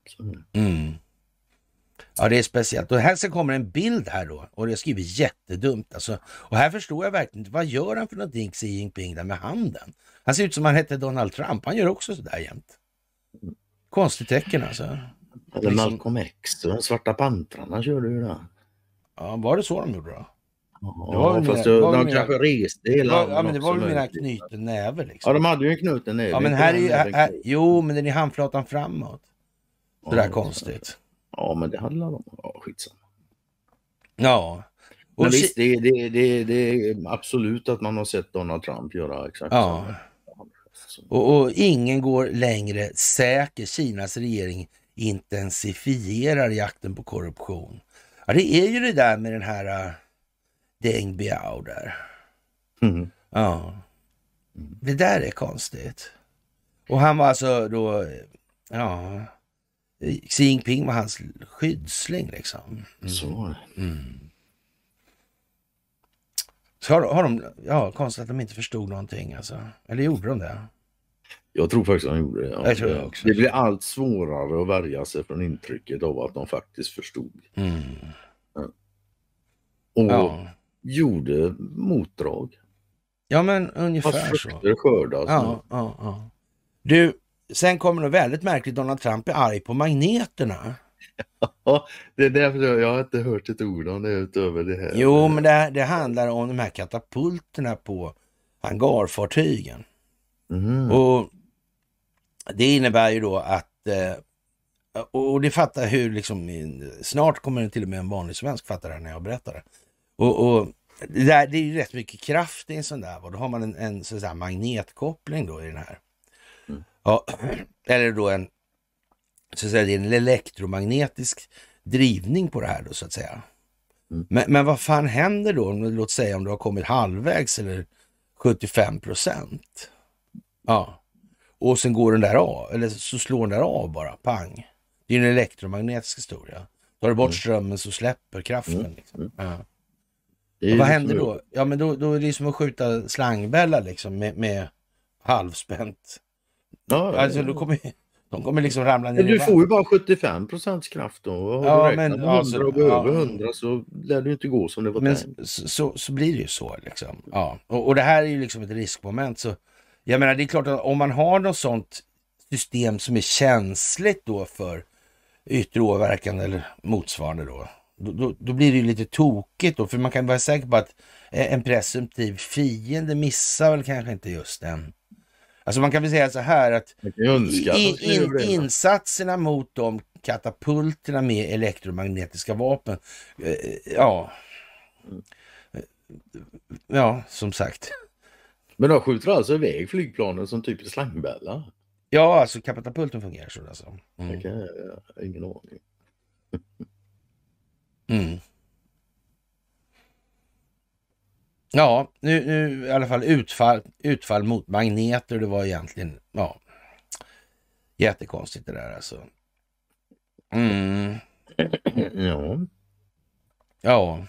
Mm. Ja, det är speciellt. Och här så kommer en bild här då. Och jag skriver jättedumt. Alltså. Och här förstår jag verkligen inte. Vad gör han för någonting, Xi Jinping, där med handen? Han ser ut som han hette Donald Trump. Han gör också sådär jämt. Konstigt tecken alltså. Eller liksom... Malcolm X och de svarta pantrarna körde ju där. Ja, var det så de gjorde då? Ja, det var fast mina, det, de mina, kanske reste hela ja, ja, men det var väl mina knuten näve liksom. Ja, de hade ju en knuten näve. Ja, men här är ju, här, här, jo, men den är handflatan framåt. Det ja, där är konstigt. Ja, men det handlar om, ja, skitsamma. Ja. Och men visst, det, det, det, det är absolut att man har sett Donald Trump göra exakt ja. Så. Och, och ingen går längre säker. Kinas regering intensifierar jakten på korruption. Ja, det är ju det där med den här uh, Deng Biao där. Mm. Ja. Det där är konstigt. Och han var alltså då, ja, Xi Jinping var hans skyddsling liksom. Mm. Så. Mm. Så har, har de, ja, konstigt att de inte förstod någonting alltså. Eller gjorde de det? Jag tror faktiskt att de gjorde det. Ja. Jag tror jag också. Det blir allt svårare att värja sig från intrycket av att de faktiskt förstod. Mm. Ja. Och Ja. gjorde motdrag. Ja, men ungefär Fast så. frukter skördas. Ja, ja, ja. Du, sen kommer det väldigt märkligt. Donald Trump är arg på magneterna. Ja, det är därför jag, jag har inte hört ett ord om det utöver det här. Jo, men det, det handlar om de här katapulterna på hangarfartygen. Mm. Och det innebär ju då att, eh, och det fattar hur liksom, snart kommer det till och med en vanlig svensk fatta det när jag berättar det. Och, och det, där, det är ju rätt mycket kraft i en sån där, och då har man en, en sån där magnetkoppling då i den här. Mm. Ja, eller då en, så att säga, det är en elektromagnetisk drivning på det här då så att säga. Mm. Men, men vad fan händer då, låt säga om du har kommit halvvägs eller sjuttiofem procent? Ja. Och sen går den där av, eller så slår den där av bara, pang. Det är en elektromagnetisk historia. Tar du bort Mm. strömmen så släpper kraften. Mm. Liksom. Mm. Ja. Det är Och vad liksom- händer då? Ja, men då, då är det som att skjuta slangbälla liksom med, med halvspänt. Ja, Alltså då kommer, de kommer liksom ramla ner men i du vattnet. får ju bara sjuttiofem procents kraft då. Har Ja, du räknat men med alltså, hundra och går ja. över hundra så lär det ju inte gå som det var Men tänkt. så, så, så blir det ju så liksom. Ja. Och, och det här är ju liksom ett riskmoment. Så jag menar, det är klart att om man har något sånt system som är känsligt då för yttre åverkan eller motsvarande då, då, då, då blir det ju lite tokigt då. För man kan vara säker på att en presumtiv fiende missar väl kanske inte just den. Alltså man kan väl säga så här att Jag kan ju önska att in, de skulle in, göra det. insatserna mot de katapulterna med elektromagnetiska vapen, eh, ja, ja, som sagt. Men de skjuter alltså iväg flygplanen som typ slangbälla. Ja, alltså katapulten fungerar så alltså. Mm. Det kan jag, jag har ingen aning. Mm. Ja, nu, nu i alla fall utfall, utfall mot magneter, det var egentligen, ja, jättekonstigt det där alltså. Mm. Ja. Ja.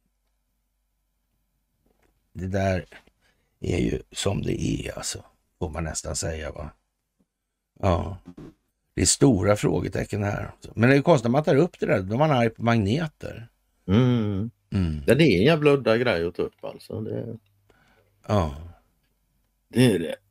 Det där är ju som det är alltså, får man nästan säga va. Ja. Det är stora frågetecken här. Men det är konstigt att man tar upp det där, då man är arg på magneter. Mm. Mm. Det är en jävla udda grej att ta upp alltså. Det, Ja, det är det.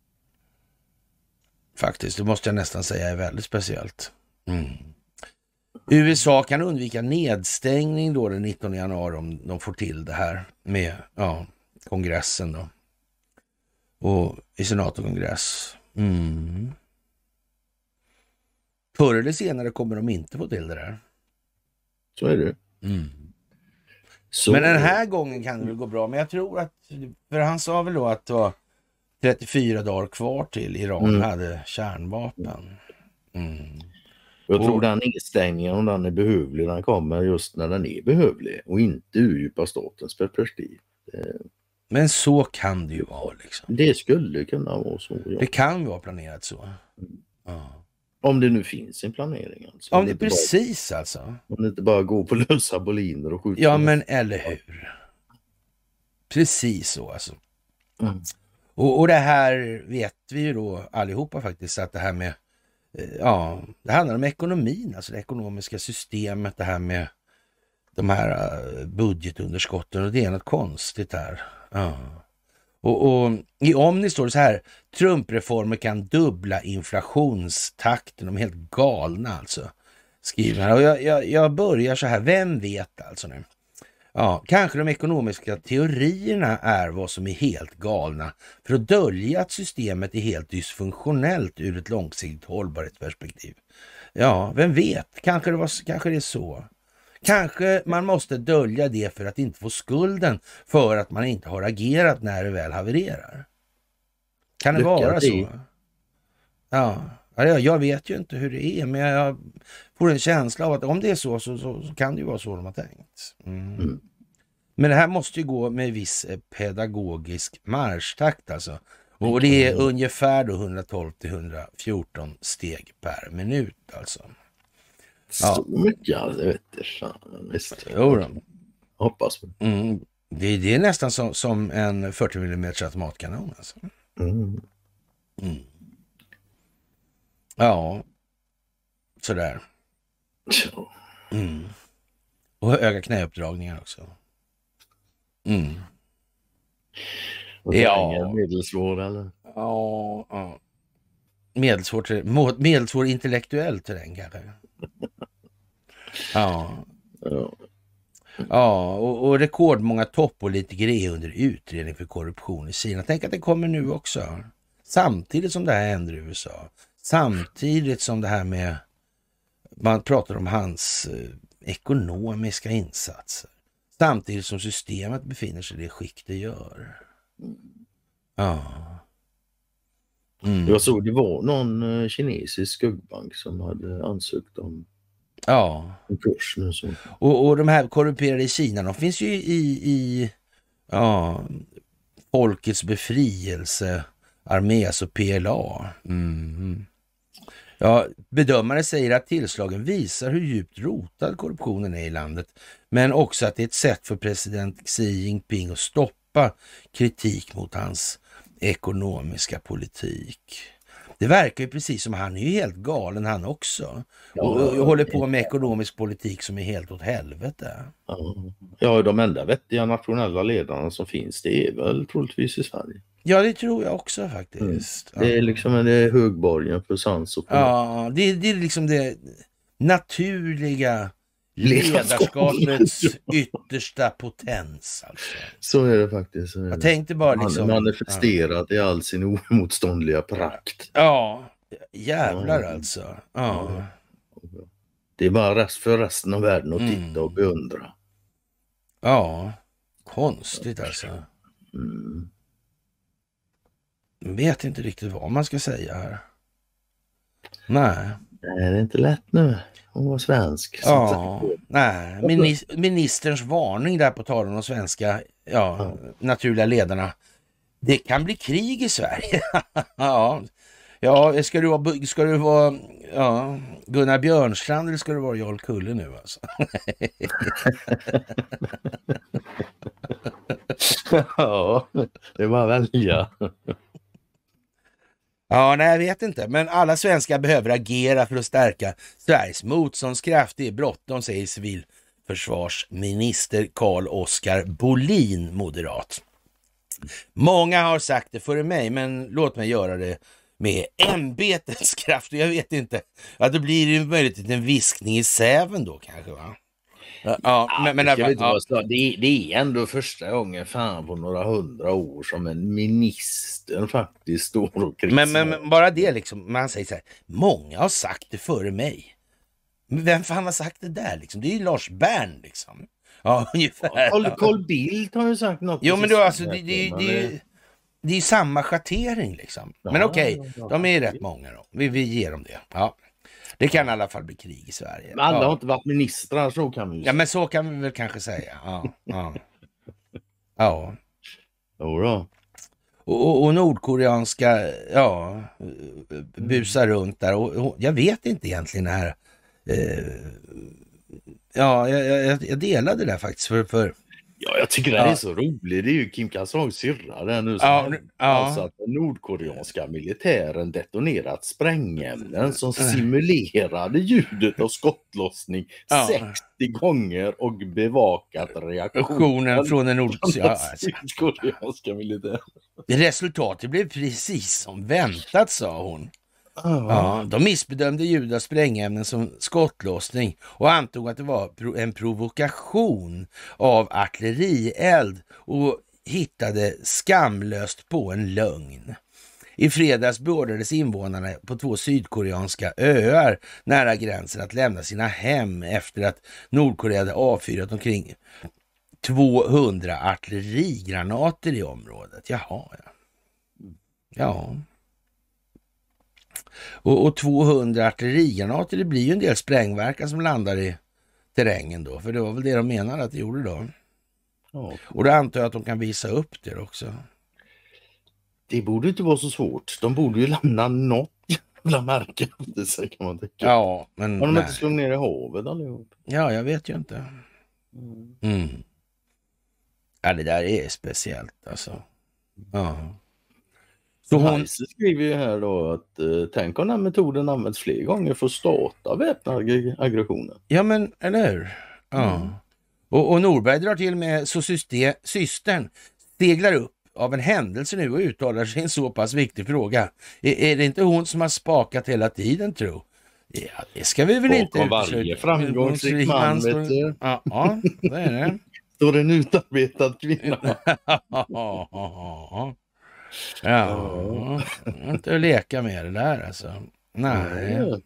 faktiskt. Det måste jag nästan säga är väldigt speciellt. Mm. U S A kan undvika nedstängning då den nittonde januari om de får till det här med ja, kongressen då. Och i senat och kongress. Mm. Förr eller senare kommer de inte få till det där. Så är det. Mm. Så, Men den här gången kan det väl gå bra. Men jag tror att, för han sa väl då att det var trettiofyra dagar kvar till Iran Mm. hade kärnvapen. Mm. jag tror och- den instängningen, om den är behövlig, den kommer just när den är behövlig och inte ur djupa statens perspektiv. Men så kan det ju vara liksom. Det skulle kunna vara så. Ja. Det kan ju vara planerat så. Ja, Om det nu finns en planering. Alltså. ja det är inte bara, precis alltså. om det inte bara går på lösa boliner och skjuta. Ja, men eller hur? Precis så alltså. Mm. Och, och det här vet vi ju då allihopa faktiskt, att det här med, eh, ja, det handlar om ekonomin, alltså det ekonomiska systemet, det här med de här eh, budgetunderskotten, och det är något konstigt här. Ja. Och, och i Omni står det så här: Trump-reformer kan dubbla inflationstakten. De är helt galna alltså, skriver här. Och jag, jag, jag börjar så här, vem vet alltså nu? Ja, kanske de ekonomiska teorierna är vad som är helt galna för att dölja att systemet är helt dysfunktionellt ur ett långsiktigt hållbarhetsperspektiv. Ja, vem vet? Kanske det, var, kanske det är så. Kanske man måste dölja det för att inte få skulden för att man inte har agerat när det väl havererar. Kan det Lycka vara till. så? Ja, Jag, jag vet ju inte hur det är, men jag får en känsla av att om det är så så, så, så kan det ju vara så de har tänkt. Mm. Mm. Men det här måste ju gå med viss pedagogisk marschtakt alltså. Och det är ungefär då hundratolv till hundrafjorton steg per minut alltså. Ja. Så mycket, jag vet inte. Visst. Jo då. Hoppas. Mm. Det, det är nästan som, som en fyrtio millimeter automatkanon alltså. Mm. Mm. Ja, sådär. Mm. Och höga knäuppdragningar också. Mm. Och ja. Medelsvår eller? Ja, ja. Medelsvår, medelsvår intellektuell terräng kanske. Ja. Ja. Ja, och, och rekordmånga toppolitiker är under utredning för korruption i Kina. Tänk att det kommer nu också. Samtidigt som det här händer i U S A. Samtidigt som det här med, man pratar om hans eh, ekonomiska insatser. Samtidigt som systemet befinner sig i det skick det gör. Ja. Mm. Jag såg det var någon eh, kinesisk skuggbank som hade ansökt om ja. en kurs nu. Så. Och, och de här korrumperade i Kina, de finns ju i, i ja, Folkets befrielse, armé, alltså P L A. Mm. Ja, bedömare säger att tillslagen visar hur djupt rotad korruptionen är i landet, men också att det är ett sätt för president Xi Jinping att stoppa kritik mot hans ekonomiska politik. Det verkar ju precis som han är ju helt galen han också. Ja, och, och håller på med ekonomisk politik som är helt åt helvete. Ja, ja, de enda vettiga nationella ledarna som finns, det är väl troligtvis i Sverige. Ja, det tror jag också faktiskt. Mm. Det är liksom det är högborgen för sans och ja, det, det är liksom det naturliga ledarskapets yttersta potens. Alltså. Så är det faktiskt. Så är det. Jag tänkte bara liksom... Man manifesterat ja. i all sin oemotståndliga prakt. Ja, jävlar ja. alltså. Ja. Det är bara rest för resten av världen att titta mm. och beundra. Ja, konstigt alltså. Mm. Jag vet inte riktigt vad man ska säga här. Nej. Nej, det är inte lätt nu. Hon var svensk. Ja, nej. Minis- ministerns varning där på tal om de svenska ja, ja. naturliga ledarna. Det kan bli krig i Sverige. ja. ja, ska du vara, ska du vara ja, Gunnar Björnstrand eller ska du vara Jarl Kulle nu alltså? ja, det är bara att välja. Ja, nej, jag vet inte. Men alla svenskar behöver agera för att stärka Sveriges motståndskraft. Det är bråttom, säger civilförsvarsminister Carl-Oskar Bolin, moderat. Många har sagt det före mig, men låt mig göra det med ämbetets kraft. Jag vet inte. Ja, då blir det möjligt en viskning i säven då kanske, va? Ja, ja, men, men, det, ja. det, det är ändå första gången fan på några hundra år som en minister faktiskt står och krigsar. Men, men, men bara det liksom, man säger så här, många har sagt det före mig. Men vem fan har sagt det där liksom? Det är ju Lars Bern liksom. Ja, ungefär. Ja, Carl, Carl Bildt har ju sagt något. Jo, men då alltså, det, det, det, det, det är samma schattering liksom. Ja, men okej, okay, ja, de är rätt många då. Vi, vi ger dem det, ja. Det kan i alla fall bli krig i Sverige. Men alla ja. har inte varit ministrar, så kan vi ju säga. Ja, men så kan vi väl kanske säga. Ja, ja. Ja. Jo då. Och, och, och nordkoreanska, ja, busar runt där. Och, och jag vet inte egentligen det här. Eh, ja, jag, jag, jag delade det där faktiskt för... för Ja, jag tycker det ja. är så roligt. Det är ju Kim Kang-Songs syrra där nu som ja, ja. alltså att den nordkoreanska militären detonerat sprängämnen som simulerade ljudet av skottlossning ja. sextio gånger och bevakat reaktionen från den nordkoreanska militären. Resultatet blev precis som väntat, sa hon. Ja, de missbedömde ljud av sprängämnen som skottlossning och antog att det var en provokation av artillerield och hittade skamlöst på en lögn. I fredags beordrades invånarna på två sydkoreanska öar nära gränsen att lämna sina hem efter att Nordkorea hade avfyrat omkring tvåhundra artillerigranater i området. Jaha, ja. Ja. Och, och tvåhundra artillerigranater, det blir ju en del sprängverkan som landar i terrängen då. För det var väl det de menade att det gjorde då. Ja. Och då antar jag att de kan visa upp det också. Det borde inte vara så svårt. De borde ju lämna något jävla märke efter sig, kan man tycka. Ja, men Har de nej. inte slagit ner i havet allihop? Ja, jag vet ju inte. Mm. Mm. Ja, det där är speciellt alltså. Ja. Så hon... Heise skriver ju här då att eh, tänk om den metoden används fler gånger för att starta väpnade aggressioner. Ja, men eller hur? Ja. Mm. Och, och Norberg drar till med så syste- systern steglar upp av en händelse nu och uttalar sig i en så pass viktig fråga. Är, är det inte hon som har spakat hela tiden, tro? Ja, det ska vi väl inte Bakom varje framgångsrik man, vet du. Ja, ja, det är det. Står en utarbetad kvinna. Ja, inte att leka med det där alltså. Nej.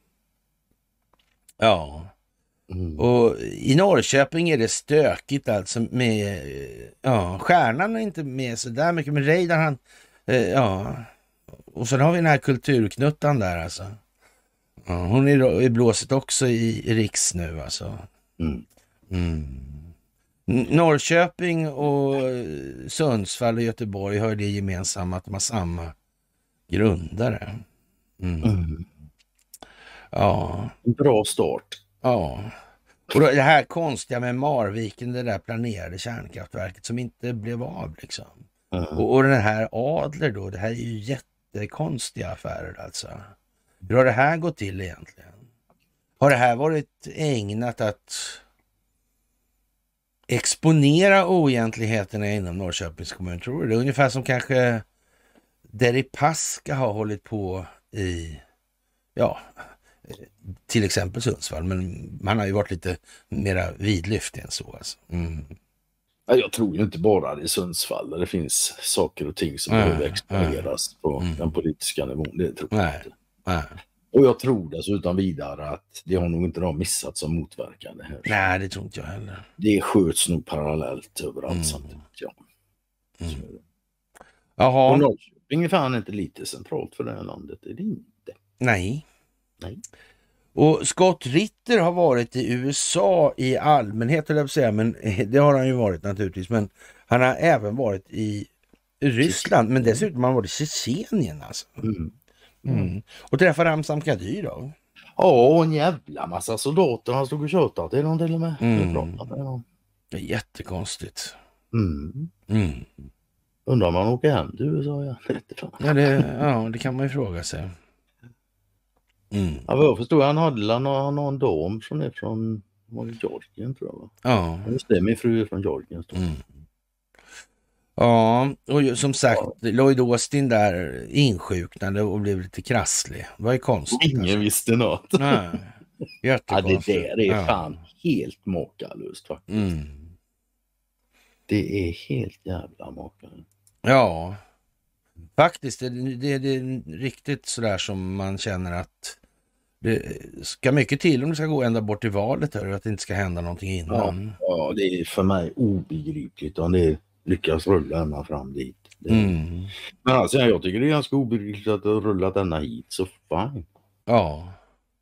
Ja. Mm. Och i Norrköping är det stökigt alltså med, ja, Stjärnan är inte med så där mycket, men Reidar han, eh, ja. Och sen har vi den här kulturknuttan där alltså. Ja, hon är i blåset också i, i Riks nu alltså. Mm. Mm. Norrköping och Sundsvall och Göteborg har det gemensamma att de har samma grundare. Mm. Mm. Ja. En bra start. Ja. Och då, det här konstiga med Marviken, det där planerade kärnkraftverket som inte blev av liksom. Mm. Och, och den här Adler då, det här är ju jättekonstiga affärer alltså. Hur har det här gått till egentligen? Har det här varit ägnat att exponera oegentligheterna inom Norrköpings kommun, tror du? Det är ungefär som kanske Deripaska har hållit på i, ja, till exempel Sundsvall, men man har ju varit lite mera vidlyftig än så alltså. Mm. Jag tror ju inte bara det i Sundsvall där det finns saker och ting som Mm. behöver exponeras på Mm. den politiska nivån. Det tror jag Nej. inte. Nej. Och jag tror dessutom vidare att det har nog inte de missat som motverkande här. Nej, det tror inte jag heller. Det sköts nog parallellt överallt Mm. samtidigt. Ja. Mm. Så är det. Och Jaha, Norrköping är fan inte lite centralt för det här landet. Det är det inte. nej. Nej. Och Scott Ritter har varit i U S A i allmänhet, höll jag på att säga, men det har han ju varit naturligtvis. Men han har även varit i Ryssland, men dessutom har han varit i Tjetjenien alltså. Mm. Mm. Och träffade Ramzan Kadyrov då. Ja, och en jävla massa soldater. Han stod och tjötade till dem till och med. Mm. Jag pratade med dem. Det är jättekonstigt. Mm. Mm. Undrar om han åker hem till U S A. Ja, det vet fan. Ja, det, ja, det kan man ju fråga sig. Mm. Ja, vad jag förstår, han hade han har någon dam som är från var det Georgien, tror jag. Va? Ja. Just det, min fru är från Georgien. Mm. Ja, och ju- som sagt, Lloyd Austin där insjuknade och blev lite krasslig. Det var ju konstigt. Ingen visste något. Nej, Ja, jättekonstigt. det där är Ja. fan helt makalöst faktiskt. Mm. Det är helt jävla makalöst. Ja, faktiskt. Det, det, det är riktigt sådär som man känner att det ska mycket till om det ska gå ända bort till valet här, att det inte ska hända någonting innan. Ja, det är för mig obegripligt om det lyckas rulla ända fram dit. Det, Mm. Men alltså, jag tycker det är ganska obegripligt att det har rullat ända hit, så fine. Ja.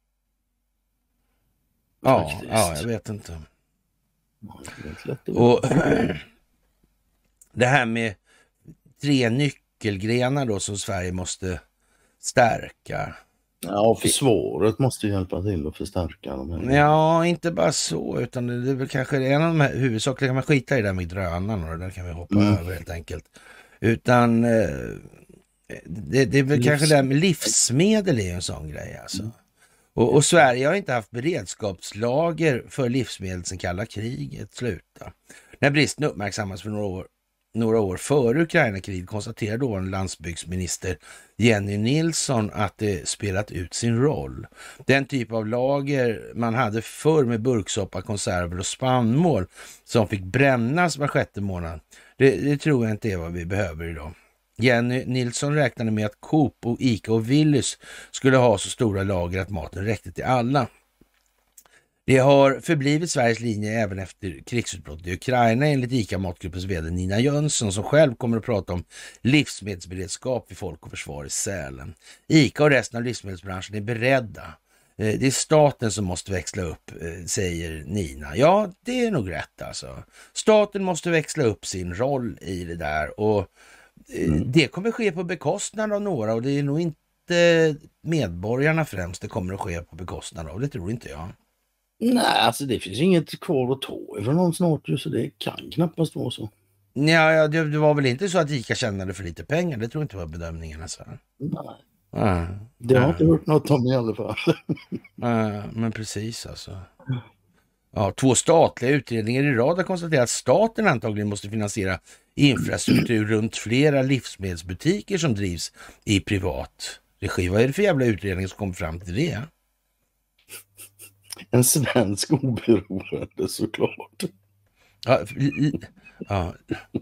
Ja, Faktiskt. ja, jag vet inte. Ja, det är inte lätt att- Och det här med tre nyckelgrenar då som Sverige måste stärka. Ja, försvaret måste ju hjälpa till att förstärka de här. Ja, inte bara så, utan det är väl kanske en av de här huvudsakliga, kan man skita i det där med drönarna och det där kan vi hoppa Mm. över helt enkelt. Utan eh, det, det är väl Livs- kanske det här med livsmedel är ju en sån grej alltså. Och, och Sverige har inte haft beredskapslager för livsmedel sedan kalla kriget slutade. När bristen uppmärksammas för några år, några år före Ukraina-kriget konstaterade då en landsbygdsminister Jenny Nilsson att det spelat ut sin roll. Den typ av lager man hade förr med burksoppa, konserver och spannmål som fick brännas var sjätte månad, det, det tror jag inte är vad vi behöver idag. Jenny Nilsson räknade med att Coop och Ica och Willys skulle ha så stora lager att maten räckte till alla. Det har förblivit Sveriges linje även efter krigsutbrottet i Ukraina enligt ICA-matgruppens vd Nina Jönsson som själv kommer att prata om livsmedelsberedskap vid Folk och Försvar i Sälen. ICA och resten av livsmedelsbranschen är beredda. Det är staten som måste växla upp, säger Nina. Ja, det är nog rätt alltså. Staten måste växla upp sin roll i det där och mm. det kommer ske på bekostnad av några och det är nog inte medborgarna främst det kommer att ske på bekostnad av. Det tror inte jag. Nej, alltså det finns inget kvar att ta ifrån någon snart ju, så det kan knappast vara så. Ja, ja det, det var väl inte så att ICA tjänade för lite pengar, det tror inte var bedömningen alltså. Nej. Ah, det har ah. inte hört något om i alla fall. ah, men precis alltså. Ja, två statliga utredningar i rad har konstaterat att staten antagligen måste finansiera infrastruktur runt flera livsmedelsbutiker som drivs i privat regi. Vad är det för jävla utredning som kom fram till det? En svensk oberoende såklart. Ja, ja.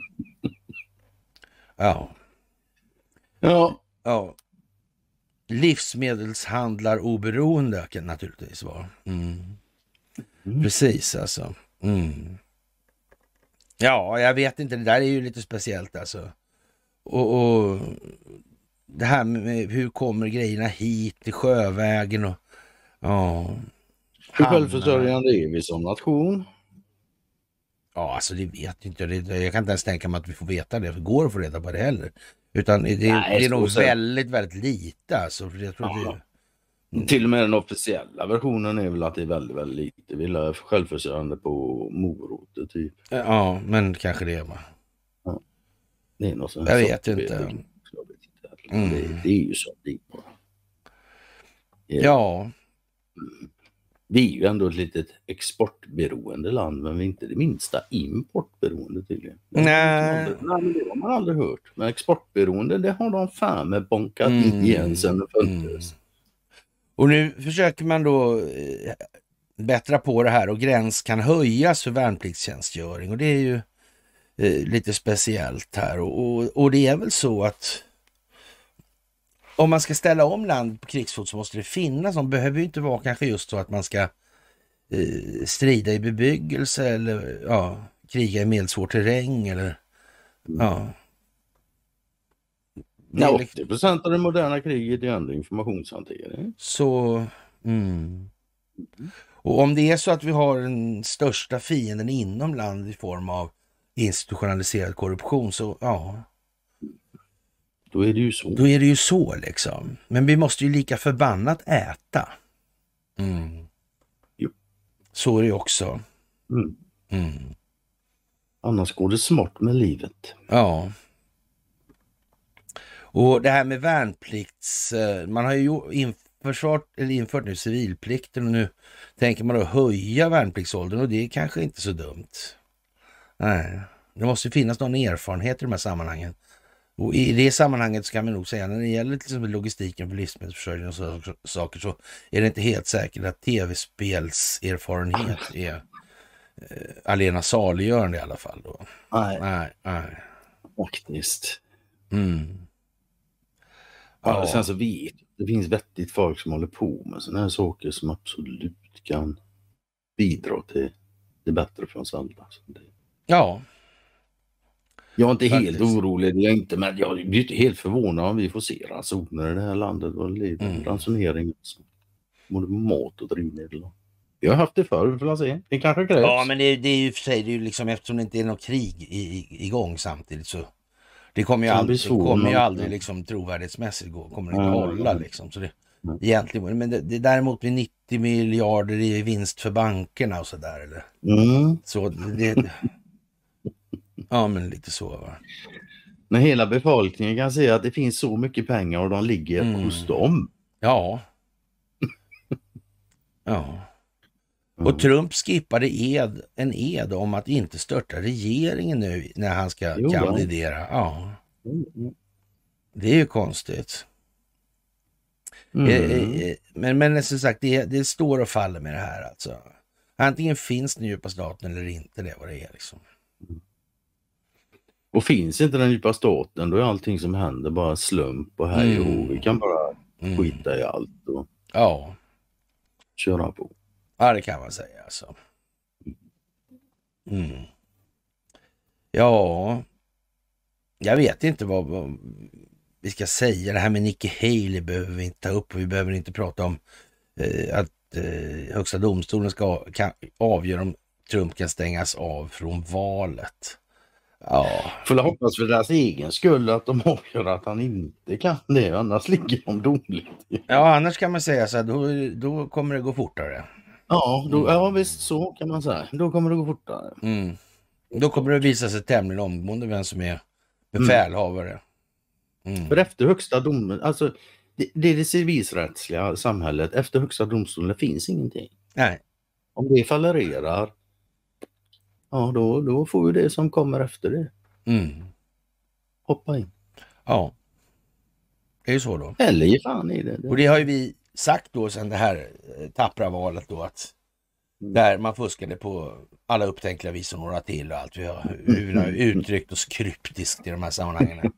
Ja. Ja. Ja. Livsmedelshandlar oberoende kan naturligtvis vara. Mm. Mm. Precis alltså. Mm. Ja, jag vet inte. Det där är ju lite speciellt alltså. Och, och det här med hur kommer grejerna hit till sjövägen och ja. Hur självförsörjande är vi som nation? Ja, alltså det vet inte jag. Jag kan inte ens tänka mig att vi får veta det. Det går att få reda på det heller. Utan det, Nej, det är nog väldigt, väldigt lite. Alltså, för jag tror det... mm. Till och med den officiella versionen är väl att det är väldigt, väldigt lite. Vi är självförsörjande på morötter typ. Ja, men kanske det va? Ja. Det är något sånt. Jag vet inte. Mm. Det, det är ju så. Det är bara... ja. ja. Vi är ju ändå ett litet exportberoende land, men vi är inte det minsta importberoende tydligen. Det Nej. Aldrig, nej, men det har man aldrig hört. Men exportberoende, det har de fan med bonkat mm. igen sen det föddes. Mm. Och nu försöker man då eh, bättra på det här och gräns kan höjas för värnpliktstjänstgöring. Och det är ju eh, lite speciellt här. Och, och, och det är väl så att om man ska ställa om land på krigsfot så måste det finnas. Det behöver ju inte vara kanske just så att man ska eh, strida i bebyggelse eller ja, kriga i medsvår terräng eller mm. ja. Ja, åttio procent av det moderna kriget är ändå informationshantering. Så, mm. Och om det är så att vi har den största fienden inom landet i form av institutionaliserad korruption så ja. Då är det ju så. Då är det ju så liksom. Men vi måste ju lika förbannat äta. Mm. Jo. Så är det också. Mm. Mm. Annars går det smart med livet. Ja. Och det här med värnplikts... Man har ju infört, eller infört nu civilplikten och nu tänker man då höja värnpliktsåldern och det är kanske inte så dumt. Nej. Det måste finnas någon erfarenhet i de här sammanhangen. Och i det sammanhanget ska man nog säga när det gäller till exempel logistiken för livsmedelsförsörjning och så, saker så är det inte helt säkert att tv-spelserfarenhet är eh, alena saliggörande i alla fall då. Nej. Nej, nej. Faktiskt. Mm. Ja, ja. Sen så vet det finns vettigt folk som håller på med sådana här saker som absolut kan bidra till det bättre för oss alla. Ja. Jag är inte faktiskt helt orolig, det är inte, men jag blir inte helt förvånad om vi får se ransoner i det här landet. Och lite mm. ransonering. Både mat och drivmedel. Vi har haft det förr, vi får se. Det kanske krävs. Ja, men det, det är ju för sig, det är ju liksom, eftersom det inte är något krig i, i, igång samtidigt så det kommer ju aldrig, det kommer ju aldrig liksom trovärdighetsmässigt gå, kommer det inte mm. hålla liksom. Så det, mm. egentligen, men det, det däremot med nittio miljarder i vinst för bankerna och sådär eller? Mm. Så det... Ja, men lite så va. När hela befolkningen kan se att det finns så mycket pengar och de ligger mm. hos dem. Ja. Ja. Och mm. Trump skippade ed, en ed om att inte störta regeringen nu när han ska jo, kandidera. Ja. Mm. Det är ju konstigt. Mm. Men, men som sagt, det, det står och faller med det här alltså. Antingen finns den djupa staten eller inte, det är vad det är liksom. Mm. Och finns inte den djupa staten, då är allting som händer bara slump och hej och mm. vi kan bara skita mm. i allt och ja. köra på. Ja, det kan man säga alltså. Mm. Ja, jag vet inte vad, vad vi ska säga. Det här med Nikki Haley behöver vi inte ta upp. Vi behöver inte prata om eh, att eh, högsta domstolen ska kan, avgöra om Trump kan stängas av från valet. Ja. Får jag hoppas för deras egen skull att de avgör att han inte kan det. Annars ligger de dåligt. Ja, annars kan man säga så här, då, då kommer det gå fortare. Ja, då, Mm. ja, visst så kan man säga. Då kommer det gå fortare. Mm. Då kommer det visa sig tämligen omgående vem som är befälhavare. Mm. För efter högsta domen, alltså det, det är det civilrättsliga samhället. Efter högsta domstolen finns ingenting. Nej. Om det fallererar, ja då, då får vi det som kommer efter det. Mm. Hoppa in. Ja. Det är ju så då. Eller ge fan i det. Och det har ju vi sagt då sedan det här tappra valet då att där man fuskade på alla upptänkliga vis och några till och allt vi har, hur vi har uttryckt oss kryptiskt i de här sammanhangen.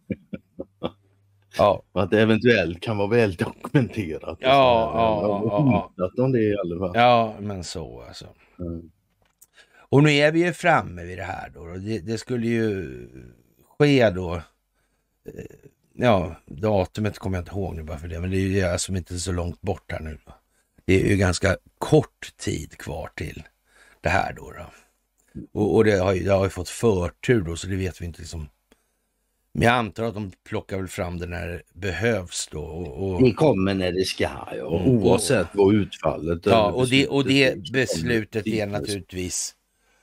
Ja. Och att det eventuellt kan vara väl dokumenterat. Ja, ja, ja, ja. Att de det i alla fall. Ja, men så alltså. Mm. Och nu är vi ju framme vid det här då. Det, det skulle ju ske då. Ja, datumet kommer jag inte ihåg nu bara för det. Men det är ju alltså inte så långt bort här nu. Det är ju ganska kort tid kvar till det här då. då. Och, och det har ju det har ju fått förtur då, så det vet vi inte liksom. Men jag antar att de plockar väl fram det när det behövs då. Och, och... Det kommer när det ska, ja. Oavsett vad utfallet. Ja, och det, och det beslutet är naturligtvis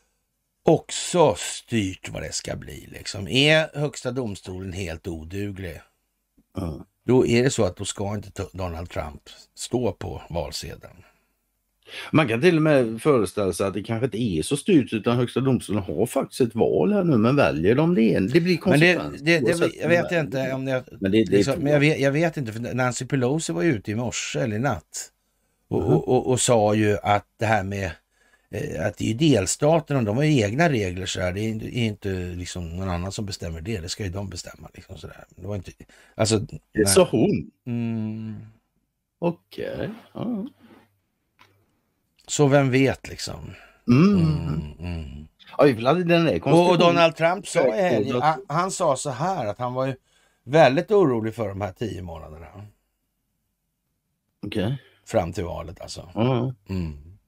också styrt vad det ska bli. Liksom. Är högsta domstolen helt oduglig, ja. Då är det så att då ska inte Donald Trump stå på valsedeln. Man kan till och med föreställa sig att det kanske inte är så styrt utan högsta domstolen har faktiskt ett val här nu, men väljer de det igen. Det blir konsekvens. Men det, det, det, jag vet inte om det, men, det, det liksom, men jag, vet, jag vet inte, för Nancy Pelosi var ute i morse eller i natt och, mm. och, och, och sa ju att det här med eh, att det är ju delstaterna, de har ju egna regler så här. Det är, är inte liksom någon annan som bestämmer det, det ska ju de bestämma liksom så där. Det var inte, alltså, det sa hon? Mm. Okej, okay. Ja. Så vem vet liksom. Mm. Mm, mm. Ja, den är och, och Donald Trump sa i helgen, han, han sa så här att han var ju väldigt orolig för de här tio månaderna. Okej. Okay. Fram till valet alltså. Mm. Mm.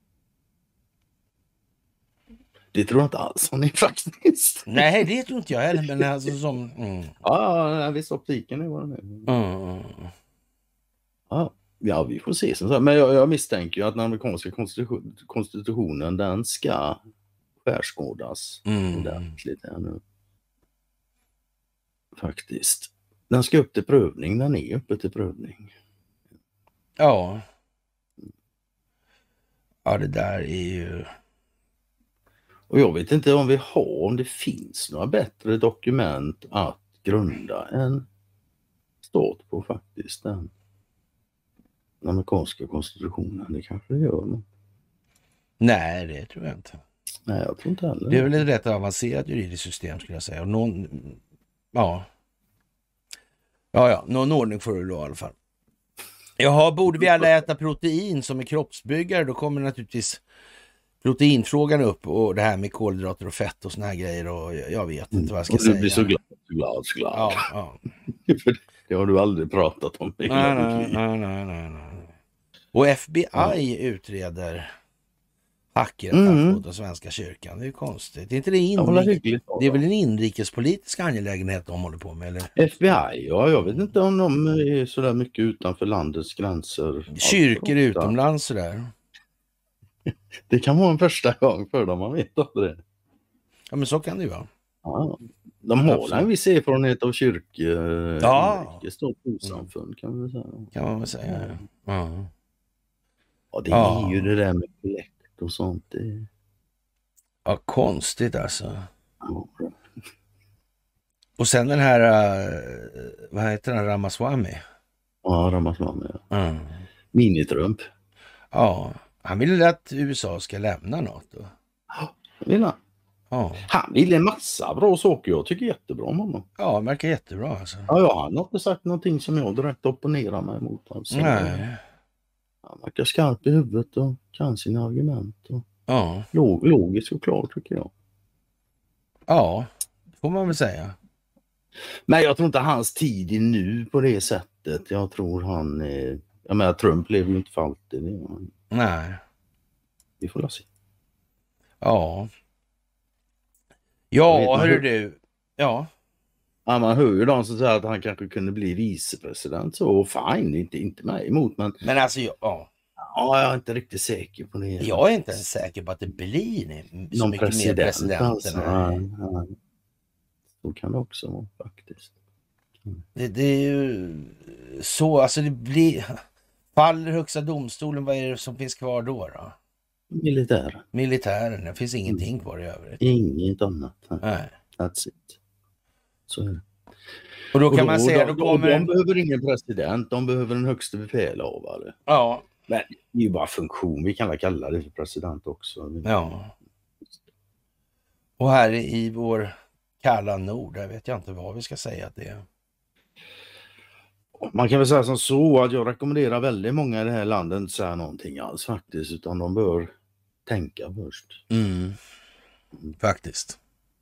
Det tror jag inte alls han är faktiskt. Nej, det tror inte jag heller, men alltså som... Mm. Ja, visst optiken är vad den är. Mm. Ja. Ja, vi får se. Men jag, jag misstänker ju att den amerikanska konstitution, konstitutionen, den ska skärskådas mm. ordentligt här nu. Faktiskt. Den ska upp till prövning, den är uppe till prövning. Ja. Ja, det där är ju... Och jag vet inte om vi har, om det finns några bättre dokument att grunda en stat på faktiskt. Den. Den amerikanska konstitutionen, det kanske det gör. Men... Nej, det tror jag inte. Nej, jag tror inte heller. Det är väl ett rätt avancerat juridiskt system skulle jag säga. Och någon, ja. Ja, ja, någon ordning får du då i alla fall. Jaha, borde vi alla äta protein som är kroppsbyggare? Då kommer naturligtvis proteinfrågan upp och det här med kolhydrater och fett och såna här grejer och jag vet inte vad jag ska och säga. Du blir så glad, så glad, så glad. Ja, ja. Det har du aldrig pratat om. Nej, nej, nej, nej, nej, nej. Och F B I ja. utreder hackerattack mm. mot den svenska kyrkan. Det är ju konstigt. Det är, inte det, inrik... det är väl en inrikespolitisk angelägenhet de håller på med? Eller? F B I, ja, jag vet inte om de är så där mycket utanför landets gränser. Kyrkor utomlands sådär. Det kan vara en första gång för dem, man vet inte det. Ja, men så kan det ju vara. Ja, de har absolut en viss erfarenhet av kyrkor. Ja. Trossamfund kan man väl säga. Kan man väl säga, ja. Ja, ja det ja. är ju det där med kollekt och sånt. Det... Ja, konstigt alltså. Ja. Och sen den här, uh, vad heter den, Ramaswamy? Ja, Ramaswamy. Ja. Mm. Minitrump. Ja, han ville att U S A ska lämna något då. Ja, vill han. Ja. Han ville en massa bra saker. Jag tycker jättebra om honom. Ja, han verkar jättebra alltså. Ja, ja, han har inte sagt någonting som jag direkt opponerar mig emot. Alltså. Nej. Han verkar skarp i huvudet och kan sina argument. Och Ja. log, logisk och klar tycker jag. Ja, får man väl säga. Men jag tror inte hans tid är nu på det sättet. Jag tror han... Eh, jag menar, Trump lever ju inte för alltid. Det, Nej. Vi får se. Ja. Ja, hörru du. Ja. Ja, man hör ju de som säger att han kanske kunde bli vicepresident. Så fine, inte, inte mig emot. Men, men alltså, ja. Ja, jag är inte riktigt säker på det. Jag är inte ens säker på att det blir så någon mycket president, mer presidenter. Alltså. Ja, ja. Så kan det också vara faktiskt. Mm. Det, det är ju så, alltså det blir... Faller högsta domstolen, vad är det som finns kvar då? då? Militären. Militären, det finns ingenting kvar i övrigt. Inget annat. Nej. That's it. Så är det. Och då kan och då, man säga... Då, då kommer... De behöver ingen president, de behöver en högsta befälhavare. Ja. Men det är ju bara funktion, vi kan väl kalla det för president också. Ja. Och här i vår kalla nord, där vet jag inte vad vi ska säga att det är. Man kan väl säga som så att jag rekommenderar väldigt många i det här landet inte säga någonting alls faktiskt, utan de bör tänka först. Mm. Faktiskt.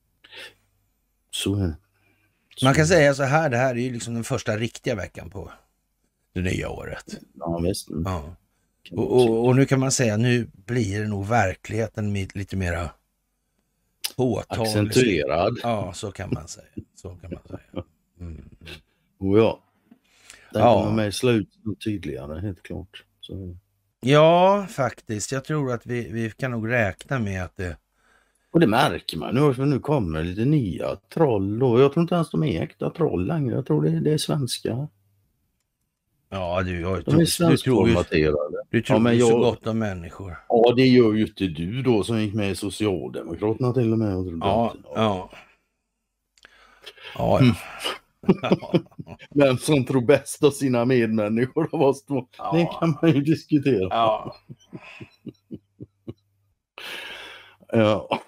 Så är det. Så. Man kan säga så här, det här är ju liksom den första riktiga veckan på det nya året. Ja, visst. Mm. Ja. Och, och, och nu kan man säga, nu blir det nog verkligheten lite mera påtaglig. Accentuerad. Ja, så kan man säga. Så kan man säga. Mm. Och ja. Den ja. kommer med slut tydligare, helt klart. Så. Ja, faktiskt. Jag tror att vi, vi kan nog räkna med att det... Och det märker man nu, för nu kommer lite nya troll. Och jag tror inte ens de är äkta troll längre. Jag tror det, det är svenska. Ja, du, jag, de är svenskformaterade. Du tror, du tror ja, jag, så gott om människor. Ja, det gör ju inte du då som gick med i Socialdemokraterna till och med. Och ja, ja. Ja, ja. Vem som tror bäst av sina medmänniskor av oss två, ja. Det kan man ju diskutera. Ja. Ja.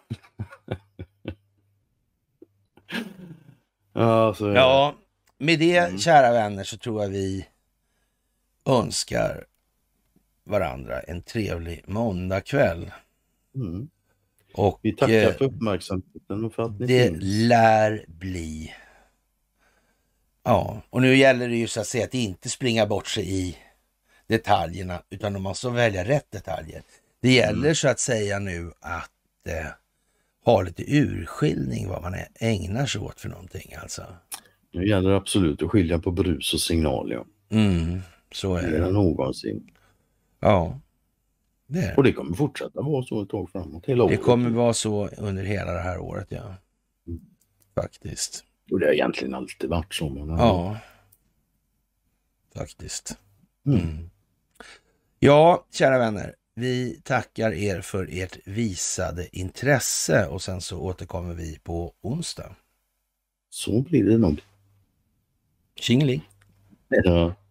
Ja, så ja, med det mm. kära vänner så tror jag vi önskar varandra en trevlig måndagkväll. Mm. Och vi tackar för uppmärksamheten och för att ni det finns. lär bli. Ja, och nu gäller det ju så att säga att inte springa bort sig i detaljerna, utan man måste välja rätt detaljer. Det gäller mm. så att säga nu att eh, ha lite urskiljning vad man ägnar sig åt för någonting alltså. Nu gäller det absolut att skilja på brus och signal, ja. Mm, så är det. Det är någonsin. Ja. Det är. Och det kommer fortsätta vara så ett tag framåt. Hela det året. kommer vara så under hela det här året, ja. Mm. Faktiskt. Och det har egentligen alltid varit så. Men ja. Faktiskt. Mm. Mm. Ja, kära vänner. Vi tackar er för ert visade intresse och sen så återkommer vi på onsdag. Så blir det nog. Tjingeling. Ja.